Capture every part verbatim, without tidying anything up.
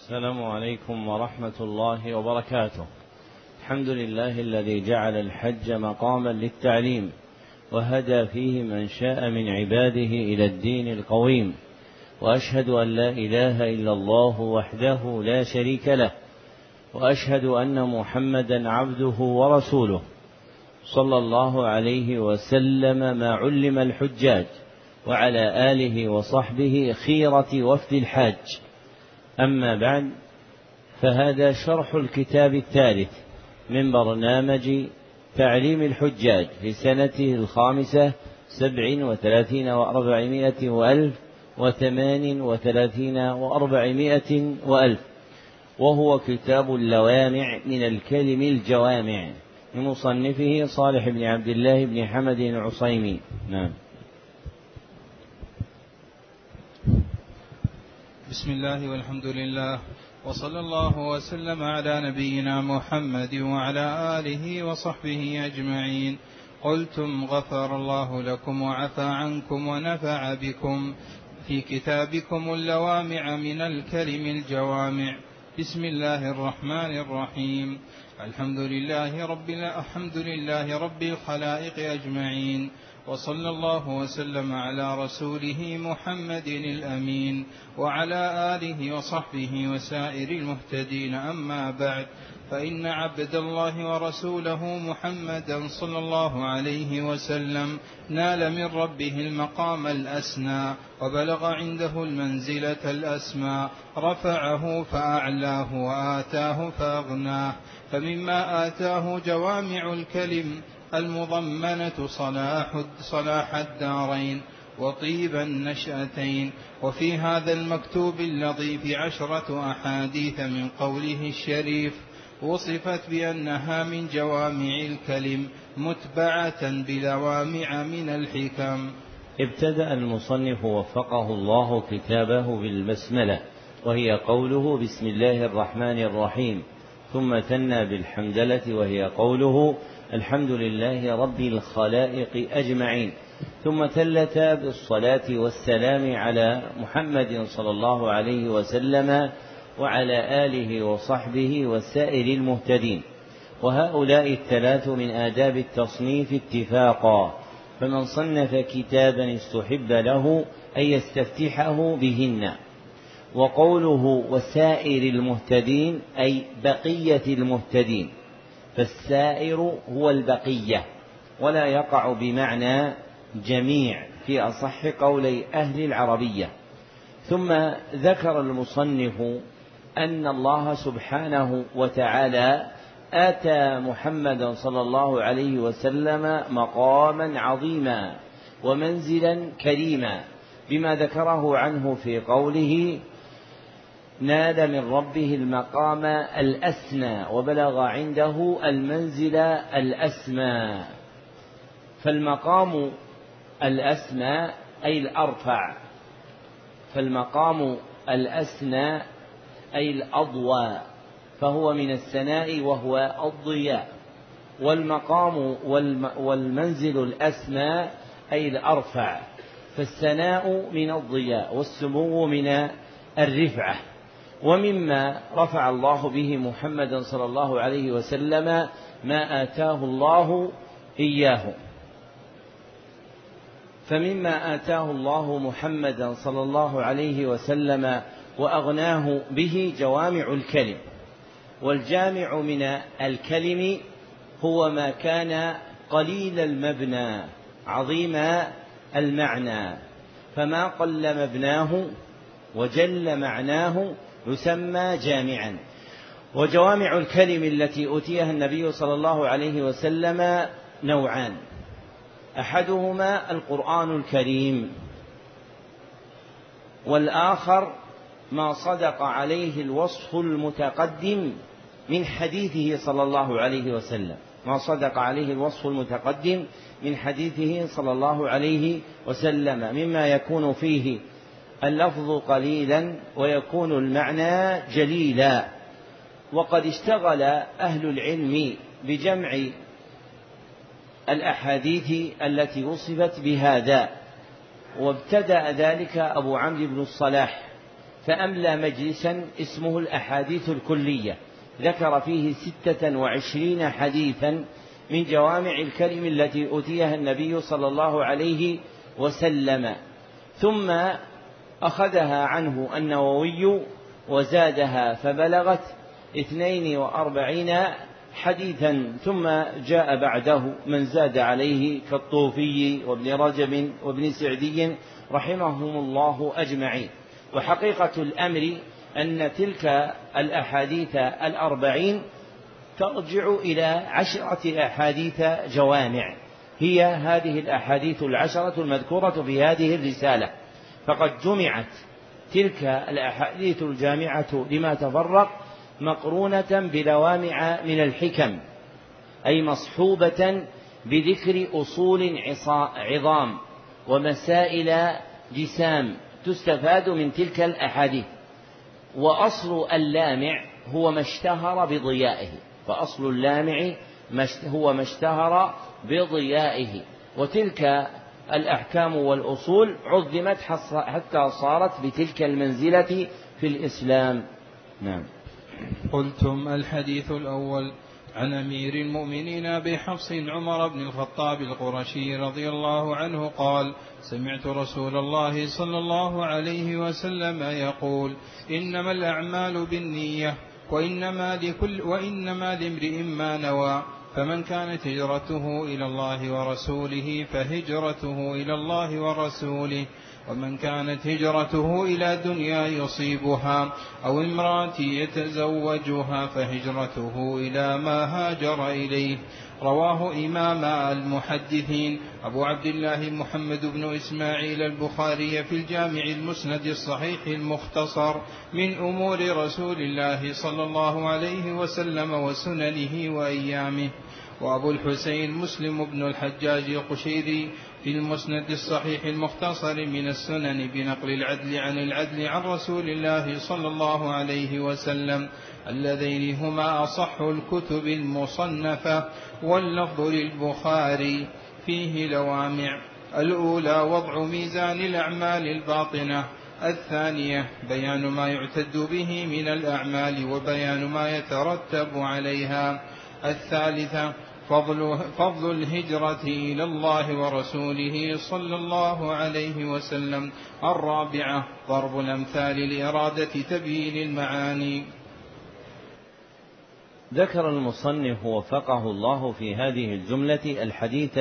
السلام عليكم ورحمة الله وبركاته. الحمد لله الذي جعل الحج مقاما للتعليم وهدى فيه من شاء من عباده إلى الدين القويم، وأشهد أن لا إله إلا الله وحده لا شريك له، وأشهد أن محمدا عبده ورسوله صلى الله عليه وسلم ما علم الحجاج، وعلى آله وصحبه خيرة وفد الحاج. أما بعد، فهذا شرح الكتاب الثالث من برنامج تعليم الحجاج في سنته الخامسة سبع وثلاثين وأربعمائة وألف وثمان وثلاثين وأربعمائة وألف، وهو كتاب اللوامع من الكلم الجوامع لمصنفه صالح بن عبد الله بن حمد العصيمي. نعم. بسم الله والحمد لله، وصلى الله وسلم على نبينا محمد وعلى آله وصحبه أجمعين. قلتم غفر الله لكم وعفى عنكم ونفع بكم في كتابكم اللوامع من الكلم الجوامع. بسم الله الرحمن الرحيم. الحمد لله رب الحمد لله رب الخلائق أجمعين، وصلى الله وسلم على رسوله محمد الأمين وعلى آله وصحبه وسائر المهتدين. أما بعد، فإن عبد الله ورسوله محمدا صلى الله عليه وسلم نال من ربه المقام الأسنى، وبلغ عنده المنزلة الأسمى، رفعه فأعلاه وآتاه فأغناه. فمما آتاه جوامع الكلم المضمنة صلاح, صلاح الدارين وطيب النشأتين. وفي هذا المكتوب اللطيف عشرة أحاديث من قوله الشريف وصفت بأنها من جوامع الكلم متبعة بلوامع من الحكم. ابتدأ المصنف وفقه الله كتابه بالبسملة، وهي قوله بسم الله الرحمن الرحيم، ثم ثنى بالحمدلة وهي قوله الحمد لله رب الخلائق أجمعين، ثم ثلث بالصلاة والسلام على محمد صلى الله عليه وسلم وعلى آله وصحبه وسائر المهتدين. وهؤلاء الثلاث من آداب التصنيف اتفاقا، فمن صنف كتابا استحب له أن يستفتحه بهن. وقوله وسائر المهتدين أي بقية المهتدين، فالسائر هو البقية، ولا يقع بمعنى جميع في أصح قولي أهل العربية. ثم ذكر المصنف أن الله سبحانه وتعالى آتى محمدا صلى الله عليه وسلم مقاما عظيما ومنزلا كريما، بما ذكره عنه في قوله نال من ربه المقام الأسنى وبلغ عنده المنزل الأسمى. فالمقام الأسمى أي الأرفع، فالمقام الأسنى أي الأضوى، فهو من السناء وهو الضياء. والمقام والمنزل الأسمى أي الأرفع، فالسناء من الضياء والسمو من الرفعة. ومما رفع الله به محمدا صلى الله عليه وسلم ما آتاه الله إياه. فمما آتاه الله محمدا صلى الله عليه وسلم وأغناه به جوامع الكلم. والجامع من الكلم هو ما كان قليل المبنى عظيم المعنى، فما قل مبناه وجل معناه يسمى جامعا. وجوامع الكلم التي أتيها النبي صلى الله عليه وسلم نوعان، أحدهما القرآن الكريم، والآخر ما صدق عليه الوصف المتقدم من حديثه صلى الله عليه وسلم، ما صدق عليه الوصف المتقدم من حديثه صلى الله عليه وسلم، مما يكون فيه اللفظ قليلا ويكون المعنى جليلا. وقد اشتغل أهل العلم بجمع الأحاديث التي وصفت بهذا، وابتدأ ذلك أبو عمرو بن الصلاح فأملى مجلسا اسمه الأحاديث الكلية، ذكر فيه ستة وعشرين حديثا من جوامع الكلم التي أوتيها النبي صلى الله عليه وسلم، ثم أخذها عنه النووي وزادها فبلغت اثنين وأربعين حديثا، ثم جاء بعده من زاد عليه كالطوفي وابن رجب وابن سعدي رحمهم الله أجمعين. وحقيقة الأمر أن تلك الأحاديث الأربعين ترجع إلى عشرة أحاديث جوامع، هي هذه الأحاديث العشرة المذكورة في هذه الرسالة، فقد جمعت تلك الأحاديث الجامعة لما تفرق مقرونة بلوامع من الحكم، أي مصحوبة بذكر أصول عظام ومسائل جسام تستفاد من تلك الأحاديث. وأصل اللامع هو ما اشتهر بضيائه، فأصل اللامع هو ما اشتهر بضيائه، وتلك الأحكام والأصول عظمت حتى صارت بتلك المنزلة في الإسلام. نعم. قلتم: الحديث الأول عن أمير المؤمنين أبي حفص عمر بن الخطاب القرشي رضي الله عنه قال: سمعت رسول الله صلى الله عليه وسلم يقول: إنما الأعمال بالنية وإنما لكل وإنما لامرئ ما نوى، فمن كانت هجرته إلى الله ورسوله فهجرته إلى الله ورسوله، ومن كانت هجرته إلى دنيا يصيبها أو امرأة يتزوجها فهجرته إلى ما هاجر إليه. رواه إمام المحدثين أبو عبد الله محمد بن إسماعيل البخاري في الجامع المسند الصحيح المختصر من أمور رسول الله صلى الله عليه وسلم وسننه وأيامه. وأبو الحسين مسلم بن الحجاج القشيري في المسند الصحيح المختصر من السنن بنقل العدل عن العدل عن رسول الله صلى الله عليه وسلم، اللذين هما أصح الكتب المصنفة، واللفظ للبخاري فيه لوامع: الأولى وضع ميزان الأعمال الباطنة، الثانية بيان ما يعتد به من الأعمال وبيان ما يترتب عليها، الثالثة فضل, فضل الهجرة إلى الله ورسوله صلى الله عليه وسلم، الرابعة ضرب الأمثال لإرادة تبيين المعاني. ذكر المصنف وفقه الله في هذه الجملة الحديث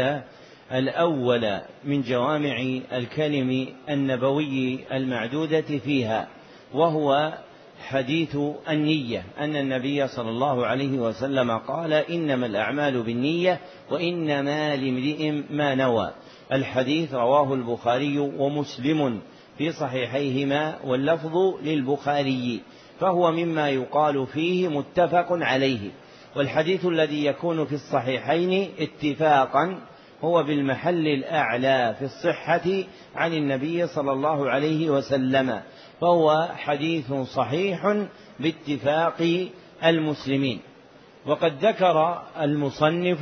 الأول من جوامع الكلم النبوي المعدودة فيها، وهو حديث النية، أن النبي صلى الله عليه وسلم قال: إنما الأعمال بالنية وإنما لامرئ ما نوى. الحديث رواه البخاري ومسلم في صحيحيهما، واللفظ للبخاري، فهو مما يقال فيه متفق عليه. والحديث الذي يكون في الصحيحين اتفاقا هو بالمحل الأعلى في الصحة عن النبي صلى الله عليه وسلم، فهو حديث صحيح باتفاق المسلمين. وقد ذكر المصنف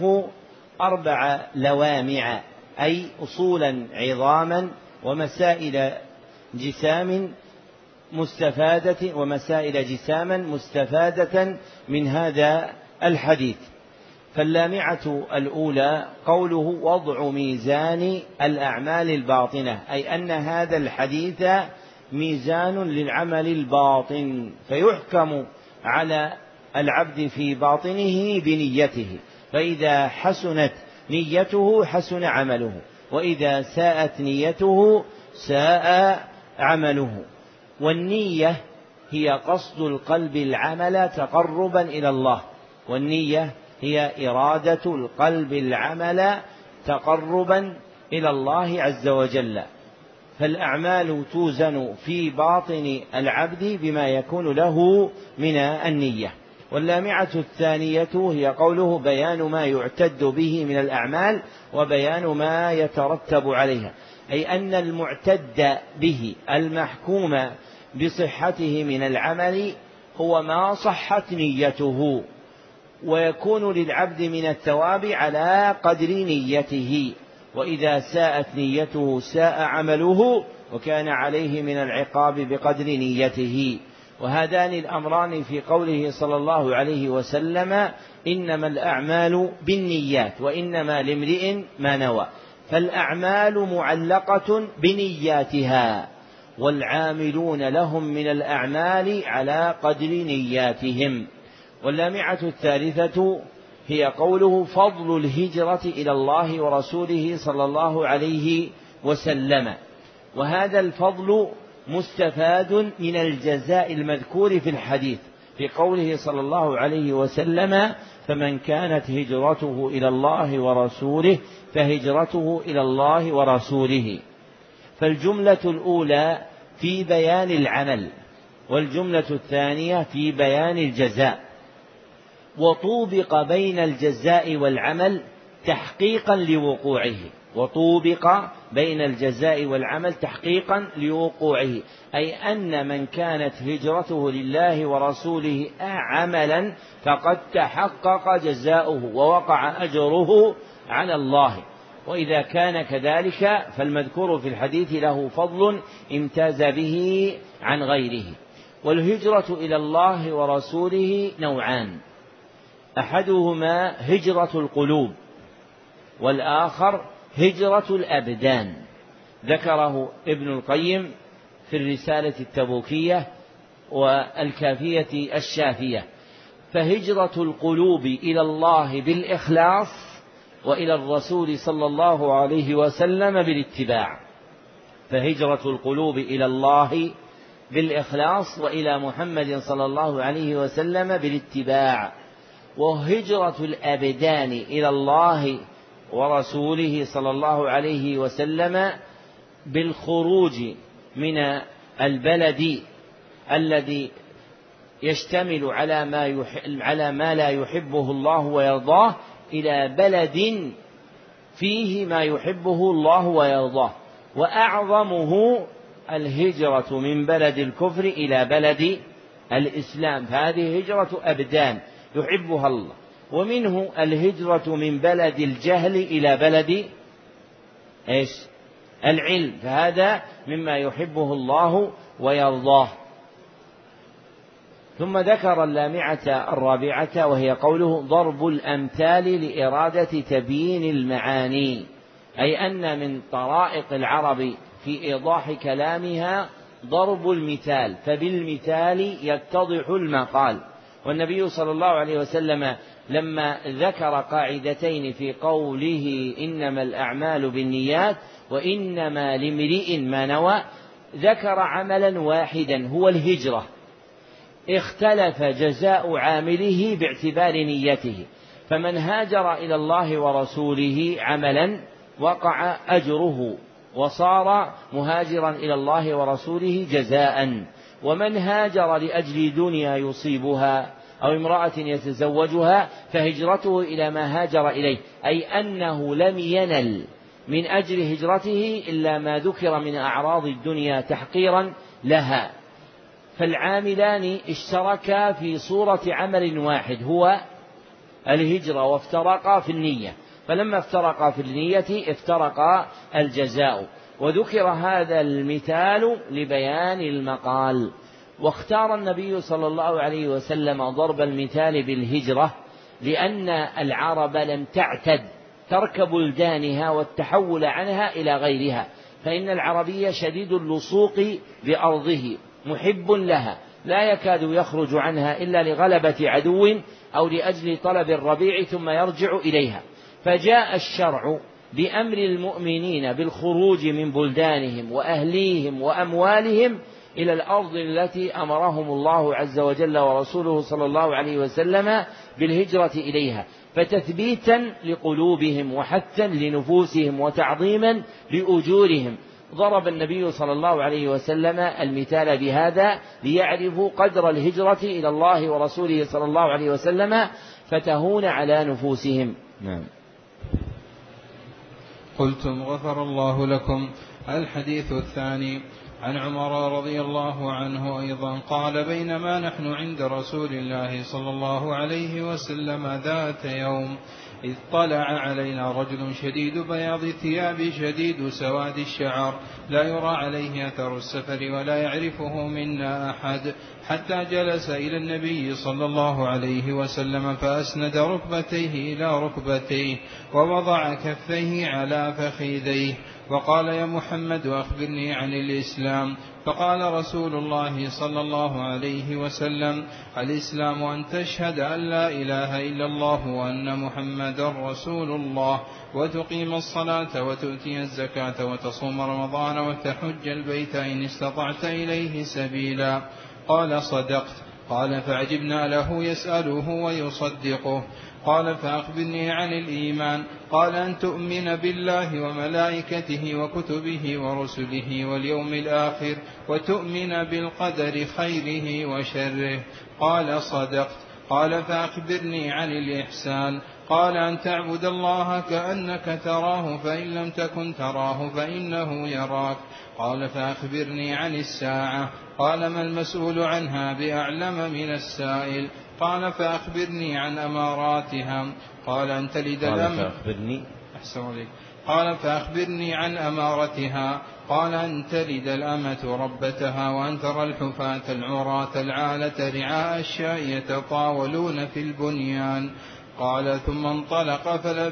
أربع لوامع، أي أصولا عظاما ومسائل جسام مستفادة ومسائل جساما مستفادة من هذا الحديث. فاللامعة الأولى قوله: وضع ميزان الأعمال الباطنة، أي أن هذا الحديث ميزان للعمل الباطن، فيحكم على العبد في باطنه بنيته، فإذا حسنت نيته حسن عمله، وإذا ساءت نيته ساء عمله. والنية هي قصد القلب العمل تقربا إلى الله، والنية هي إرادة القلب العمل تقربا إلى الله عز وجل. فالأعمال توزن في باطن العبد بما يكون له من النية. واللامعة الثانية هي قوله: بيان ما يعتد به من الأعمال وبيان ما يترتب عليها، أي أن المعتد به المحكوم بصحته من العمل هو ما صحت نيته، ويكون للعبد من الثواب على قدر نيته، وإذا ساءت نيته ساء عمله، وكان عليه من العقاب بقدر نيته. وهذان الأمران في قوله صلى الله عليه وسلم إنما الأعمال بالنيات وإنما لامرئ ما نوى، فالأعمال معلقة بنياتها، والعاملون لهم من الأعمال على قدر نياتهم. واللامعة الثالثة هي قوله فضل الهجرة إلى الله ورسوله صلى الله عليه وسلم، وهذا الفضل مستفاد من الجزاء المذكور في الحديث في قوله صلى الله عليه وسلم فمن كانت هجرته إلى الله ورسوله فهجرته إلى الله ورسوله. فالجملة الأولى في بيان العمل، والجملة الثانية في بيان الجزاء، وطوبق بين الجزاء والعمل تحقيقا لوقوعه، وطوبق بين الجزاء والعمل تحقيقا لوقوعه، أي أن من كانت هجرته لله ورسوله عملا فقد تحقق جزاؤه ووقع أجره على الله. وإذا كان كذلك فالمذكور في الحديث له فضل امتاز به عن غيره. والهجرة إلى الله ورسوله نوعان، أحدهما هجرة القلوب، والآخر هجرة الأبدان، ذكره ابن القيم في الرسالة التبوكية والكافية الشافية. فهجرة القلوب إلى الله بالإخلاص، وإلى الرسول صلى الله عليه وسلم بالاتباع. فهجرة القلوب إلى الله بالإخلاص وإلى محمد صلى الله عليه وسلم بالاتباع. وهجرة الأبدان إلى الله ورسوله صلى الله عليه وسلم بالخروج من البلد الذي يشتمل على ما, على ما لا يحبه الله ويرضاه إلى بلد فيه ما يحبه الله ويرضاه. وأعظمه الهجرة من بلد الكفر إلى بلد الإسلام، فهذه هجرة أبدان يحبها الله. ومنه الهجرة من بلد الجهل إلى بلد إيش؟ العلم، فهذا مما يحبه الله ويرضاه. ثم ذكر اللامعة الرابعة وهي قوله ضرب الأمثال لإرادة تبيين المعاني، أي أن من طرائق العرب في إيضاح كلامها ضرب المثال، فبالمثال يتضح المقال. والنبي صلى الله عليه وسلم لما ذكر قاعدتين في قوله إنما الأعمال بالنيات وإنما لامرئ ما نوى، ذكر عملا واحدا هو الهجرة، اختلف جزاء عامله باعتبار نيته، فمن هاجر إلى الله ورسوله عملا وقع أجره وصار مهاجرا إلى الله ورسوله جزاء. ومن هاجر لأجل دنيا يصيبها أو امرأة يتزوجها فهجرته إلى ما هاجر إليه، أي أنه لم ينل من أجل هجرته إلا ما ذكر من أعراض الدنيا تحقيرا لها. فالعاملان اشتركا في صورة عمل واحد هو الهجرة، وافترقا في النية، فلما افترقا في النية افترقا الجزاء. وذكر هذا المثال لبيان المقال. واختار النبي صلى الله عليه وسلم ضرب المثال بالهجرة لأن العرب لم تعتد ترك بلدانها والتحول عنها إلى غيرها، فإن العربي شديد اللصوق بأرضه محب لها، لا يكاد يخرج عنها إلا لغلبة عدو أو لأجل طلب الربيع ثم يرجع إليها. فجاء الشرع بأمر المؤمنين بالخروج من بلدانهم وأهليهم وأموالهم إلى الأرض التي أمرهم الله عز وجل ورسوله صلى الله عليه وسلم بالهجرة إليها، فتثبيتا لقلوبهم وحثا لنفوسهم وتعظيما لأجورهم. ضرب النبي صلى الله عليه وسلم المثال بهذا ليعرفوا قدر الهجرة إلى الله ورسوله صلى الله عليه وسلم فتهون على نفوسهم. نعم. قلتم غفر الله لكم. الحديث الثاني عن عمر رضي الله عنه أيضا قال بينما نحن عند رسول الله صلى الله عليه وسلم ذات يوم إذ طلع علينا رجل شديد بياض الثياب شديد سواد الشعر لا يرى عليه أثر السفر ولا يعرفه منا أحد، حتى جلس إلى النبي صلى الله عليه وسلم فأسند ركبتيه إلى ركبتيه ووضع كفيه على فخذيه وقال: يا محمد أخبرني عن الإسلام. فقال رسول الله صلى الله عليه وسلم: الإسلام أن تشهد أن لا إله إلا الله وأن محمدا رسول الله، وتقيم الصلاة وتؤتي الزكاة وتصوم رمضان وتحج البيت إن استطعت إليه سبيلا. قال: صدقت. قال: فعجبنا له يسأله ويصدقه. قال: فأخبرني عن الإيمان. قال: أن تؤمن بالله وملائكته وكتبه ورسله واليوم الآخر وتؤمن بالقدر خيره وشره. قال: صدقت. قال: فأخبرني عن الإحسان. قال: أن تعبد الله كأنك تراه فإن لم تكن تراه فإنه يراك. قال: فأخبرني عن الساعة. قال: ما المسؤول عنها بأعلم من السائل. قال: فأخبرني عن أماراتها. قال: أن تلد الأمة. قال: فأخبرني عن أمارتها. قال: أن تلد الأمة ربتها وأن ترى الحفاة العراة العالة رعاء الشاء يتطاولون في البنيان. قال: ثم انطلق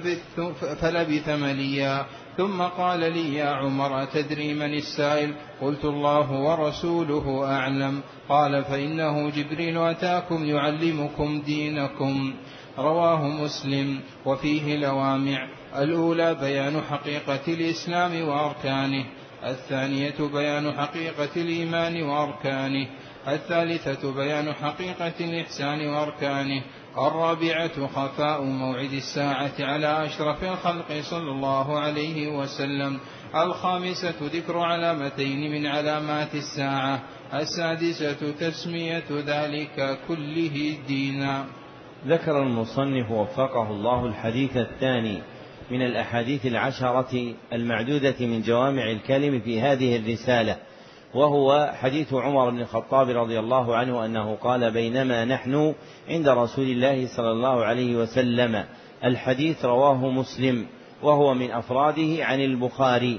فلبث مليا، ثم قال لي: يا عمر، أتدري من السائل؟ قلت: الله ورسوله أعلم. قال: فإنه جبريل أتاكم يعلمكم دينكم. رواه مسلم. وفيه لوامع: الأولى بيان حقيقة الإسلام وأركانه، الثانية بيان حقيقة الإيمان وأركانه، الثالثة بيان حقيقة الإحسان وأركانه، الرابعة خفاء موعد الساعة على أشرف الخلق صلى الله عليه وسلم، الخامسة ذكر علامتين من علامات الساعة، السادسة تسمية ذلك كله دينا. ذكر المصنف وفقه الله الحديث الثاني من الأحاديث العشرة المعدودة من جوامع الكلم في هذه الرسالة، وهو حديث عمر بن الخطاب رضي الله عنه أنه قال: بينما نحن عند رسول الله صلى الله عليه وسلم. الحديث رواه مسلم وهو من أفراده عن البخاري،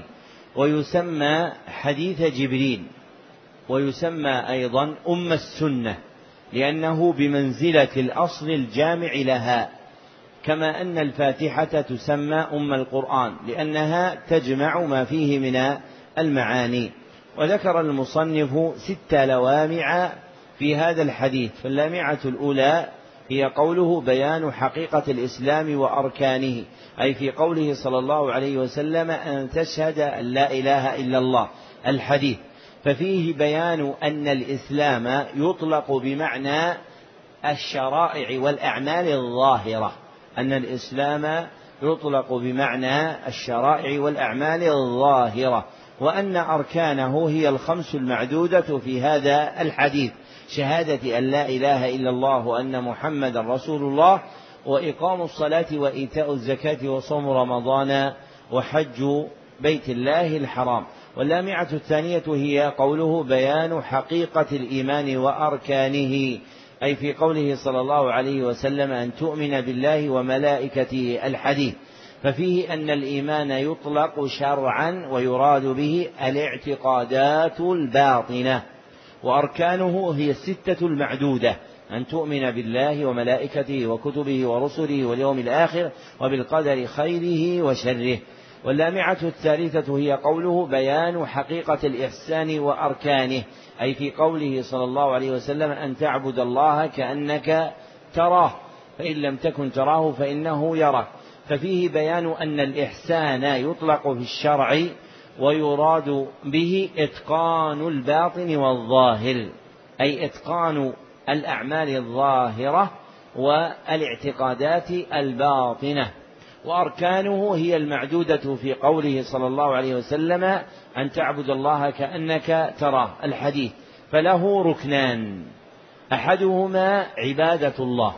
ويسمى حديث جبريل، ويسمى أيضا أم السنة لأنه بمنزلة الأصل الجامع لها، كما أن الفاتحة تسمى أم القرآن لأنها تجمع ما فيه من المعاني. وذكر المصنف ست لوامع في هذا الحديث، فاللامعة الأولى هي قوله: بيان حقيقة الإسلام وأركانه، أي في قوله صلى الله عليه وسلم: أن تشهد أن لا إله إلا الله. الحديث ففيه بيان أن الإسلام يطلق بمعنى الشرائع والأعمال الظاهرة، أن الإسلام يطلق بمعنى الشرائع والأعمال الظاهرة، وأن أركانه هي الخمس المعدودة في هذا الحديث: شهادة أن لا إله إلا الله وأن محمد رسول الله، وإقام الصلاة وإيتاء الزكاة وصوم رمضان وحج بيت الله الحرام. واللامعة الثانية هي قوله: بيان حقيقة الإيمان وأركانه، أي في قوله صلى الله عليه وسلم: أن تؤمن بالله وملائكته. الحديث ففيه أن الإيمان يطلق شرعا ويراد به الاعتقادات الباطنة، وأركانه هي الستة المعدودة: أن تؤمن بالله وملائكته وكتبه ورسله واليوم الآخر وبالقدر خيره وشره. واللامعة الثالثة هي قوله: بيان حقيقة الإحسان وأركانه، أي في قوله صلى الله عليه وسلم: أن تعبد الله كأنك تراه فإن لم تكن تراه فإنه يراك. ففيه بيان أن الإحسان يطلق في الشرع ويراد به إتقان الباطن والظاهر، أي إتقان الأعمال الظاهرة والاعتقادات الباطنة. وأركانه هي المعدودة في قوله صلى الله عليه وسلم: أن تعبد الله كأنك تراه. الحديث فله ركنان: أحدهما عبادة الله،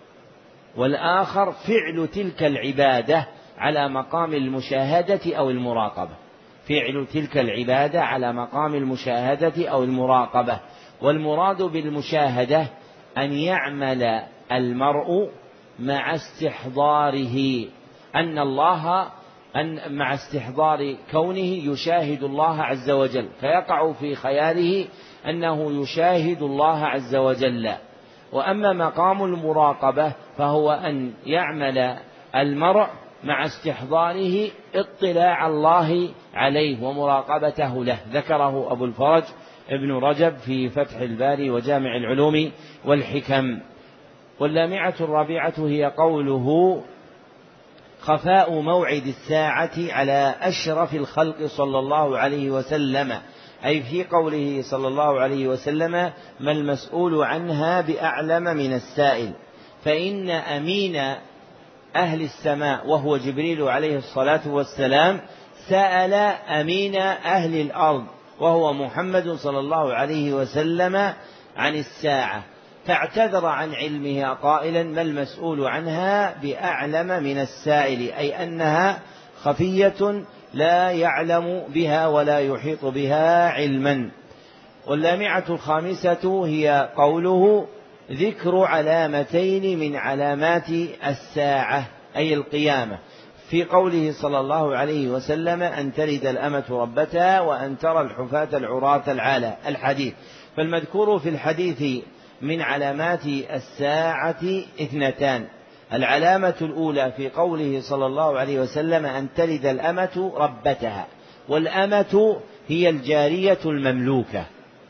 والآخر فعل تلك العبادة على مقام المشاهدة أو المراقبة. فعل تلك العبادة على مقام المشاهدة أو المراقبة. والمراد بالمشاهدة أن يعمل المرء مع استحضاره أن الله أن مع استحضار كونه يشاهد الله عز وجل، فيقع في خياله أنه يشاهد الله عز وجل. وأما مقام المراقبة فهو أن يعمل المرء مع استحضاره اطلاع الله عليه ومراقبته له، ذكره أبو الفرج ابن رجب في فتح الباري وجامع العلوم والحكم. واللامعة الرابعة هي قوله خفاء موعد الساعة على أشرف الخلق صلى الله عليه وسلم، أي في قوله صلى الله عليه وسلم ما المسؤول عنها بأعلم من السائل، فإن أمين أهل السماء وهو جبريل عليه الصلاة والسلام سأل أمين أهل الأرض وهو محمد صلى الله عليه وسلم عن الساعة، فاعتذر عن علمها قائلا ما المسؤول عنها بأعلم من السائل، أي أنها خفية لا يعلم بها ولا يحيط بها علما. واللامعة الخامسة هي قوله ذكر علامتين من علامات الساعة أي القيامة، في قوله صلى الله عليه وسلم أن تلد الأمة ربتها وأن ترى الحفاة العراة العالة الحديث. فالمذكور في الحديث من علامات الساعة اثنتان، العلامة الأولى في قوله صلى الله عليه وسلم أن تلد الأمة ربتها، والأمة هي الجارية المملوكة،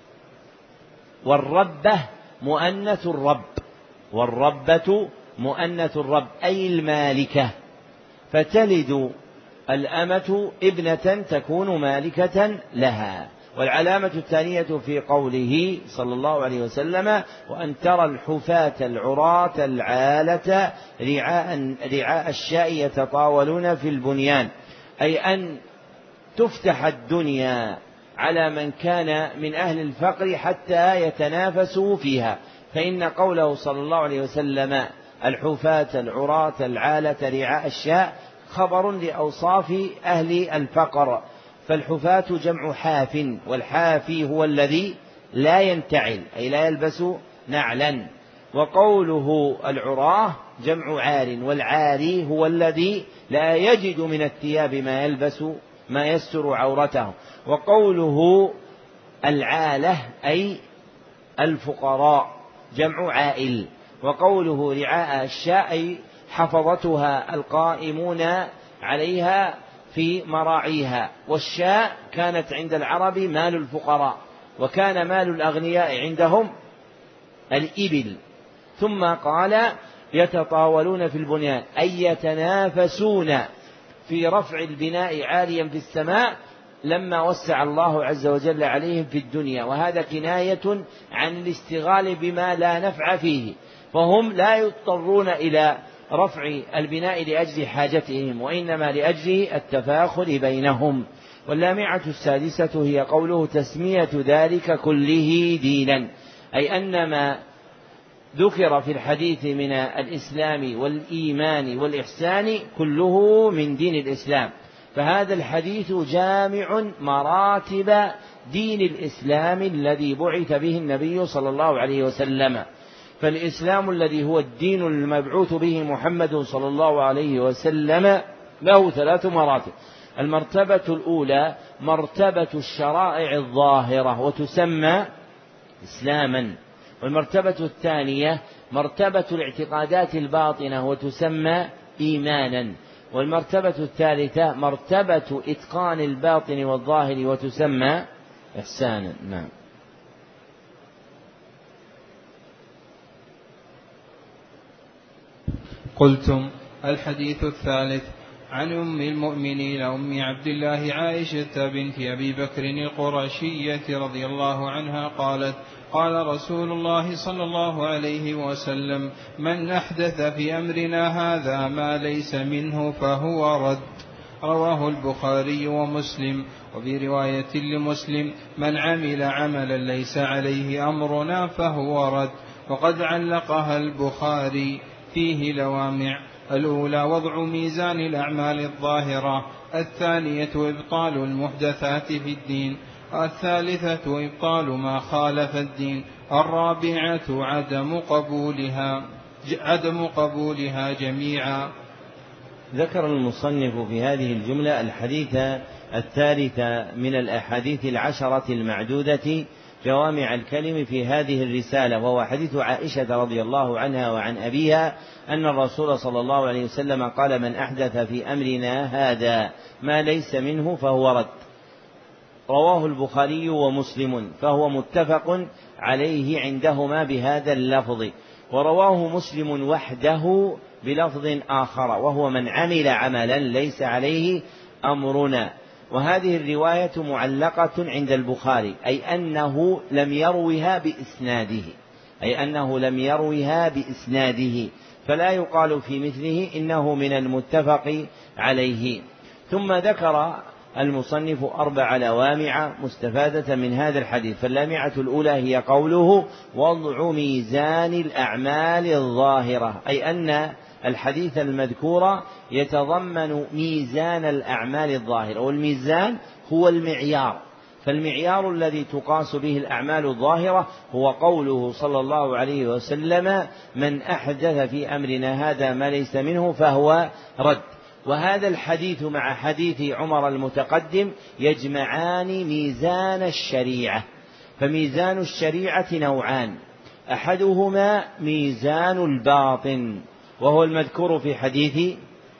والربة مؤنث الرب، والربة مؤنث الرب أي المالكة، فتلد الأمة ابنة تكون مالكة لها. والعلامة الثانية في قوله صلى الله عليه وسلم وأن ترى الحفاة العراة العالة رعاء, رعاء الشاء يتطاولون في البنيان، أي أن تفتح الدنيا على من كان من أهل الفقر حتى يتنافسوا فيها، فإن قوله صلى الله عليه وسلم الحفاة العراة العالة رعاء الشاء خبر لأوصاف أهل الفقر، فالحفاة جمع حاف، والحافي هو الذي لا ينتعل أي لا يلبس نعلا، وقوله العراه جمع عار، والعاري هو الذي لا يجد من الثياب ما يلبس ما يستر عورته، وقوله العالة أي الفقراء جمع عائل، وقوله رعاء الشاء أي حفظتها القائمون عليها في مراعيها، والشاء كانت عند العرب مال الفقراء، وكان مال الأغنياء عندهم الإبل. ثم قال يتطاولون في البنيان أي يتنافسون في رفع البناء عاليا في السماء لما وسع الله عز وجل عليهم في الدنيا، وهذا كناية عن الاشتغال بما لا نفع فيه، فهم لا يضطرون إلى رفع البناء لأجل حاجتهم، وإنما لأجل التفاخر بينهم. واللامعة السادسة هي قوله تسمية ذلك كله دينا، أي أن ما ذكر في الحديث من الإسلام والإيمان والإحسان كله من دين الإسلام، فهذا الحديث جامع مراتب دين الإسلام الذي بعث به النبي صلى الله عليه وسلم. فالإسلام الذي هو الدين المبعوث به محمد صلى الله عليه وسلم له ثلاث مراتب. المرتبة الأولى مرتبة الشرائع الظاهرة وتسمى إسلاما، والمرتبة الثانية مرتبة الاعتقادات الباطنة وتسمى إيمانا، والمرتبة الثالثة مرتبة إتقان الباطن والظاهر وتسمى إحسانا. نعم. قلتم الحديث الثالث عن أم المؤمنين أم عبد الله عائشة بنت أبي بكر القرشية رضي الله عنها قالت قال رسول الله صلى الله عليه وسلم من أحدث في أمرنا هذا ما ليس منه فهو رد، رواه البخاري ومسلم. وفي رواية لمسلم من عمل عملا ليس عليه أمرنا فهو رد. وقد علقها البخاري فيه لوامع: الأولى وضع ميزان الأعمال الظاهرة، الثانية إبطال المحدثات في الدين، الثالثة إبطال ما خالف الدين، الرابعة عدم قبولها. عدم قبولها جميعا. ذكر المصنف في هذه الجملة الحديث الثالث من الأحاديث العشرة المعدودة جوامع الكلم في هذه الرسالة، وهو حديث عائشة رضي الله عنها وعن أبيها أن الرسول صلى الله عليه وسلم قال: من أحدث في أمرنا هذا ما ليس منه فهو رد. رواه البخاري ومسلم، فهو متفق عليه عندهما بهذا اللفظ. ورواه مسلم وحده بلفظ آخر، وهو: من عمل عملا ليس عليه أمرنا. وهذه الرواية معلقة عند البخاري، أي أنه لم يروها بإسناده أي أنه لم يروها بإسناده فلا يقال في مثله إنه من المتفق عليه. ثم ذكر المصنف أربع لوامع مستفادة من هذا الحديث. فاللامعة الأولى هي قوله: وضع ميزان الأعمال الظاهرة، أي أن الحديث المذكور يتضمن ميزان الأعمال الظاهرة، والميزان هو المعيار، فالمعيار الذي تقاس به الأعمال الظاهرة هو قوله صلى الله عليه وسلم: من أحدث في أمرنا هذا ما ليس منه فهو رد. وهذا الحديث مع حديث عمر المتقدم يجمعان ميزان الشريعة. فميزان الشريعة نوعان: أحدهما ميزان الباطن، وهو المذكور في حديث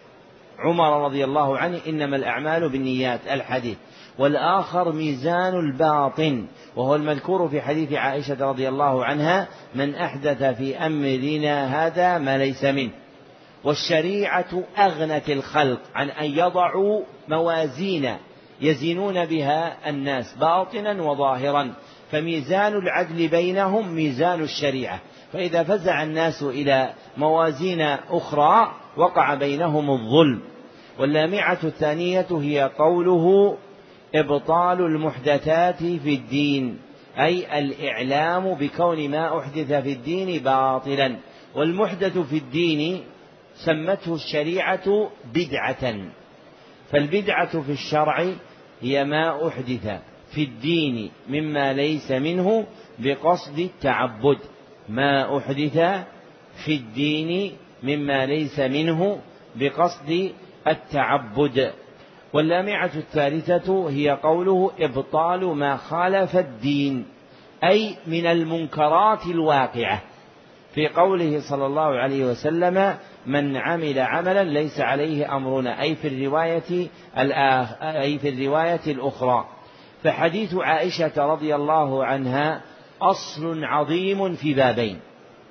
عمر رضي الله عنه: إنما الأعمال بالنيات الحديث. والآخر ميزان الباطن، وهو المذكور في حديث عائشة رضي الله عنها: من أحدث في أمرنا هذا ما ليس منه. والشريعة أغنت الخلق عن أن يضعوا موازين يزنون بها الناس باطنا وظاهرا، فميزان العدل بينهم ميزان الشريعة. فإذا فزع الناس إلى موازين أخرى وقع بينهم الظلم. واللامعة الثانية هي قوله: إبطال المحدثات في الدين، أي الإعلام بكون ما أحدث في الدين باطلا. والمحدث في الدين سمته الشريعة بدعة، فالبدعة في الشرع هي ما أحدث في الدين مما ليس منه بقصد التعبد، ما أحدث في الدين مما ليس منه بقصد التعبد. واللامعة الثالثة هي قوله: إبطال ما خالف الدين، أي من المنكرات الواقعة، في قوله صلى الله عليه وسلم: من عمل عملا ليس عليه أمرنا، أي في الرواية أي في الرواية الأخرى. فحديث عائشة رضي الله عنها أصل عظيم في بابين: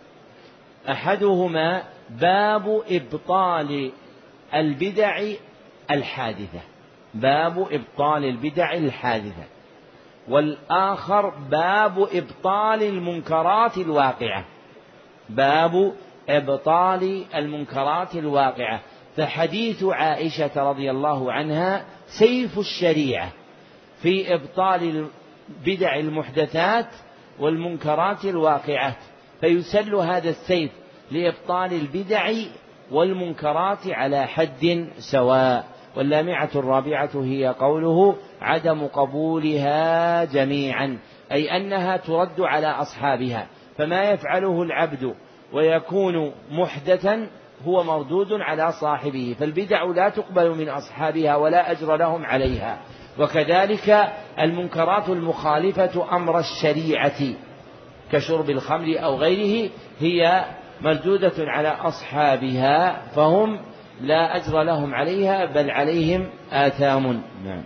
أحدهما باب إبطال البدع الحادثة، باب إبطال البدع الحادثة، والآخر باب إبطال المنكرات الواقعة، باب إبطال المنكرات الواقعة. فحديث عائشة رضي الله عنها سيف الشريعة في إبطال البدع المحدثات والمنكرات الواقعات، فيسل هذا السيف لإبطال البدع والمنكرات على حد سواء. واللامعة الرابعة هي قوله: عدم قبولها جميعا، أي أنها ترد على أصحابها، فما يفعله العبد ويكون محدثا هو مردود على صاحبه، فالبدع لا تقبل من أصحابها ولا أجر لهم عليها. وكذلك المنكرات المخالفة أمر الشريعة كشرب الخمر أو غيره هي مردودة على أصحابها، فهم لا أجر لهم عليها بل عليهم آثام. نعم.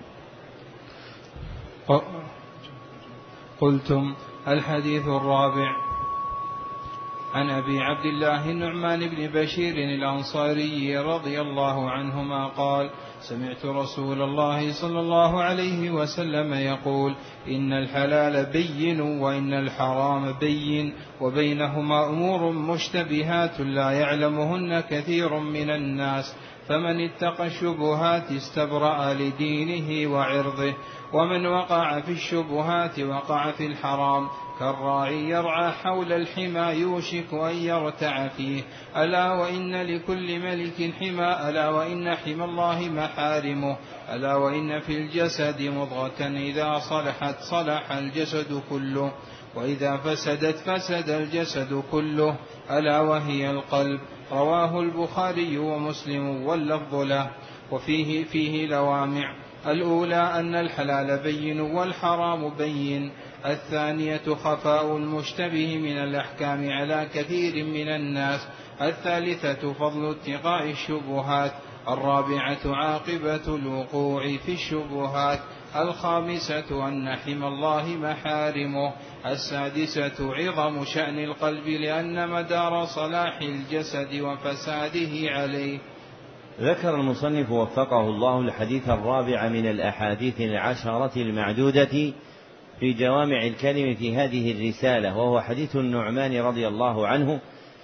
قلتم: الحديث الرابع عن أبي عبد الله النعمان بن بشير الأنصاري رضي الله عنهما قال: سمعت رسول الله صلى الله عليه وسلم يقول: إن الحلال بين وإن الحرام بين وبينهما أمور مشتبهات لا يعلمهن كثير من الناس، فمن اتقى الشبهات استبرأ لدينه وعرضه، ومن وقع في الشبهات وقع في الحرام، كالراعي يرعى حول الحمى يوشك أن يرتع فيه. ألا وإن لكل ملك حمى، ألا وإن حمى الله محارمه، ألا وإن في الجسد مضغة إذا صلحت صلح الجسد كله، وإذا فسدت فسد الجسد كله ألا وهي القلب. رواه البخاري ومسلم واللفظ له. وفيه فيه لوامع: الأولى أن الحلال بين والحرام بين. الثانية خفاء المشتبه من الأحكام على كثير من الناس. الثالثة فضل اتقاء الشبهات. الرابعة عاقبة الوقوع في الشبهات. الخامسة أن حمى الله محارمه. السادسة عظم شأن القلب لأن مدار صلاح الجسد وفساده عليه. ذكر المصنف وفقه الله الحديث الرابع من الأحاديث العشرة المعدودة في جوامع الكلم في هذه الرسالة، وهو حديث النعمان رضي الله عنه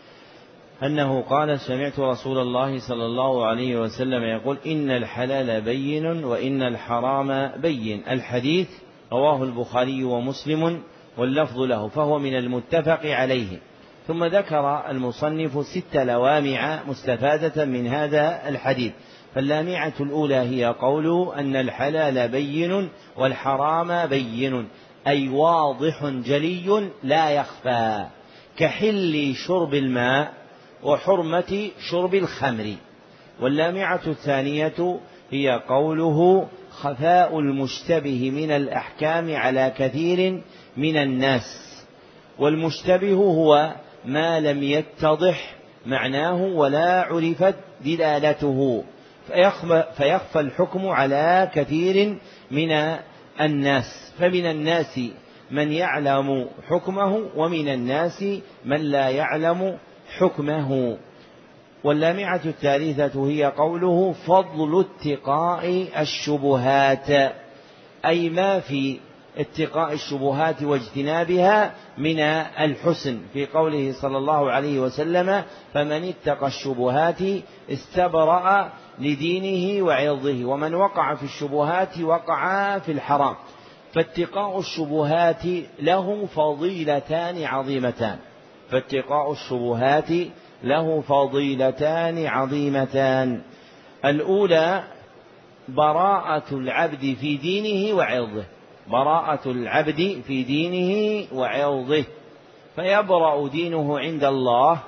أنه قال: سمعت رسول الله صلى الله عليه وسلم يقول: إن الحلال بين وإن الحرام بين. الحديث رواه البخاري ومسلم واللفظ له، فهو من المتفق عليه. ثم ذكر المصنف ست لوامع مستفادة من هذا الحديث. فاللامعة الأولى هي قول أن الحلال بين والحرام بين، أي واضح جلي لا يخفى، كحل شرب الماء وحرمة شرب الخمر. واللامعة الثانية هي قوله خفاء المشتبه من الأحكام على كثير من الناس. والمشتبه هو ما لم يتضح معناه ولا عرفت دلالته، فيخفى الحكم على كثير من الناس. فمن الناس من يعلم حكمه ومن الناس من لا يعلم حكمه. واللامعة الثالثة هي قوله فضل اتقاء الشبهات، أي ما في اتقاء الشبهات واجتنابها من الحسن، في قوله صلى الله عليه وسلم: فمن اتقى الشبهات استبرأ لدينه وعرضه، ومن وقع في الشبهات وقع في الحرام. فاتقاء الشبهات له فضيلتان عظيمتان فاتقاء الشبهات له فضيلتان عظيمتان الأولى براءة العبد في دينه وعرضه براءة العبد في دينه وعرضه فيبرأ دينه عند الله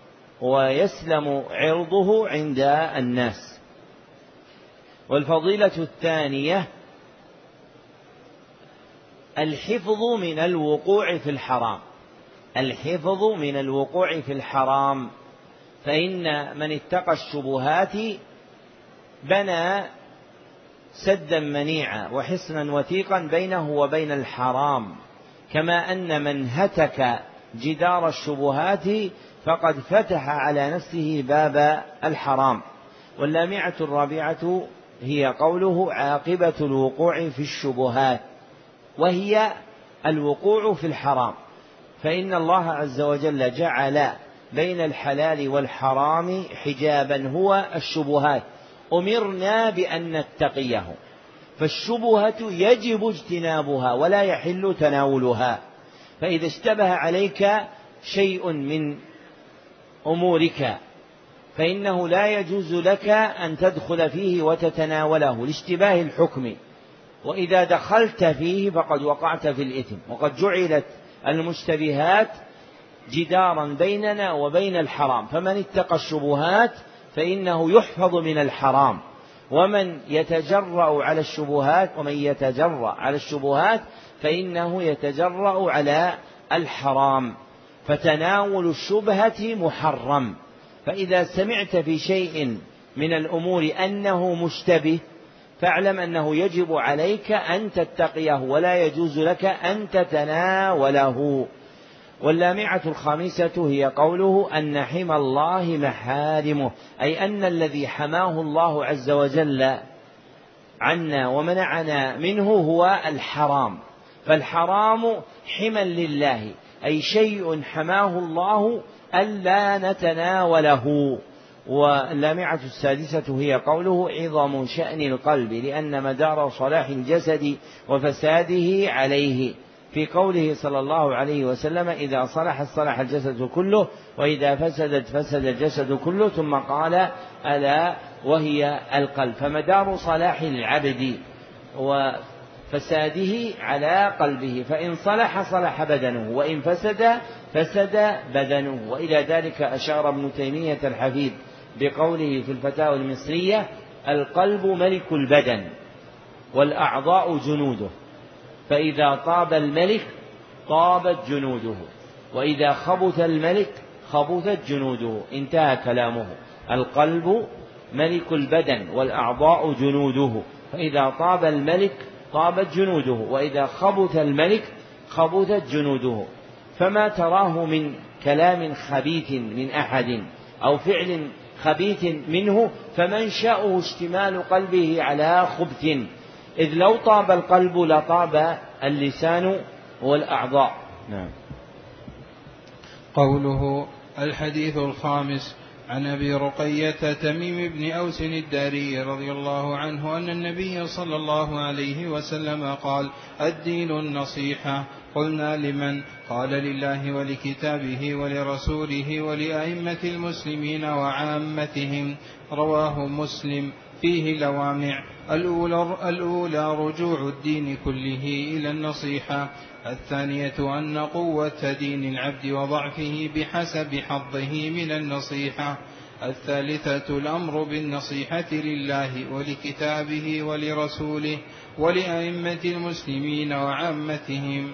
ويسلم عرضه عند الناس. والفضيلة الثانية الحفظ من الوقوع في الحرام الحفظ من الوقوع في الحرام فإن من اتقى الشبهات بنى سدا منيعا وحصنا وثيقا بينه وبين الحرام، كما أن من هتك جدار الشبهات فقد فتح على نفسه باب الحرام. واللامعة الرابعة هي قوله عاقبة الوقوع في الشبهات، وهي الوقوع في الحرام، فإن الله عز وجل جعل بين الحلال والحرام حجابا هو الشبهات، أمرنا بأن نتقيه، فالشبهة يجب اجتنابها ولا يحل تناولها. فإذا اشتبه عليك شيء من أمورك فإنه لا يجوز لك أن تدخل فيه وتتناوله لاشتباه الحكم، وإذا دخلت فيه فقد وقعت في الإثم. وقد جعلت المشتبهات جدارا بيننا وبين الحرام، فمن اتقى الشبهات فإنه يحفظ من الحرام، ومن يتجرأ على الشبهات ومن يتجرأ على الشبهات فإنه يتجرأ على الحرام، فتناول الشبهة محرم. فإذا سمعت في شيء من الأمور أنه مشتبه فاعلم أنه يجب عليك أن تتقيه ولا يجوز لك أن تتناوله. واللامعة الخامسة هي قوله أن حمى الله محارمه، أي أن الذي حماه الله عز وجل عنا ومنعنا منه هو الحرام، فالحرام حمى لله، أي شيء حماه الله ألا نتناوله. واللامعة السادسة هي قوله عظم شأن القلب لأن مدار صلاح الجسد وفساده عليه، في قوله صلى الله عليه وسلم إذا صلحت صلح الجسد كله وإذا فسدت فسد الجسد كله، ثم قال ألا وهي القلب. فمدار صلاح العبد فساده على قلبه، فإن صلح صلح بدنه، وإن فسد فسد بدنه. وإلى ذلك أشار ابن تيمية الحفيد بقوله في الفتاوى المصرية: القلب ملك البدن والأعضاء جنوده، فإذا طاب الملك طابت جنوده، وإذا خبث الملك خبثت جنوده. انتهى كلامه. القلب ملك البدن والأعضاء جنوده، فإذا طاب الملك طابت جنوده، وإذا خبث الملك خبثت جنوده. فما تراه من كلام خبيث من أحد أو فعل خبيث منه فمنشأه اشتمال قلبه على خبث، إذ لو طاب القلب لطاب اللسان والأعضاء. نعم. قوله: الحديث الخامس عن أبي رقية تميم بن أوس الداري رضي الله عنه أن النبي صلى الله عليه وسلم قال: الدين النصيحة. قلنا: لمن؟ قال: لله ولكتابه ولرسوله ولأئمة المسلمين وعامتهم. رواه مسلم. فيه لوامع: الأولى, الأولى رجوع الدين كله إلى النصيحة. الثانية أن قوة دين العبد وضعفه بحسب حظه من النصيحة. الثالثة الأمر بالنصيحة لله ولكتابه ولرسوله ولأئمة المسلمين وعامتهم.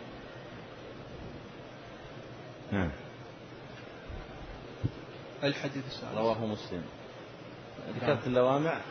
نعم. الحديث السادس رواه مسلم. ذكرت اللوامع.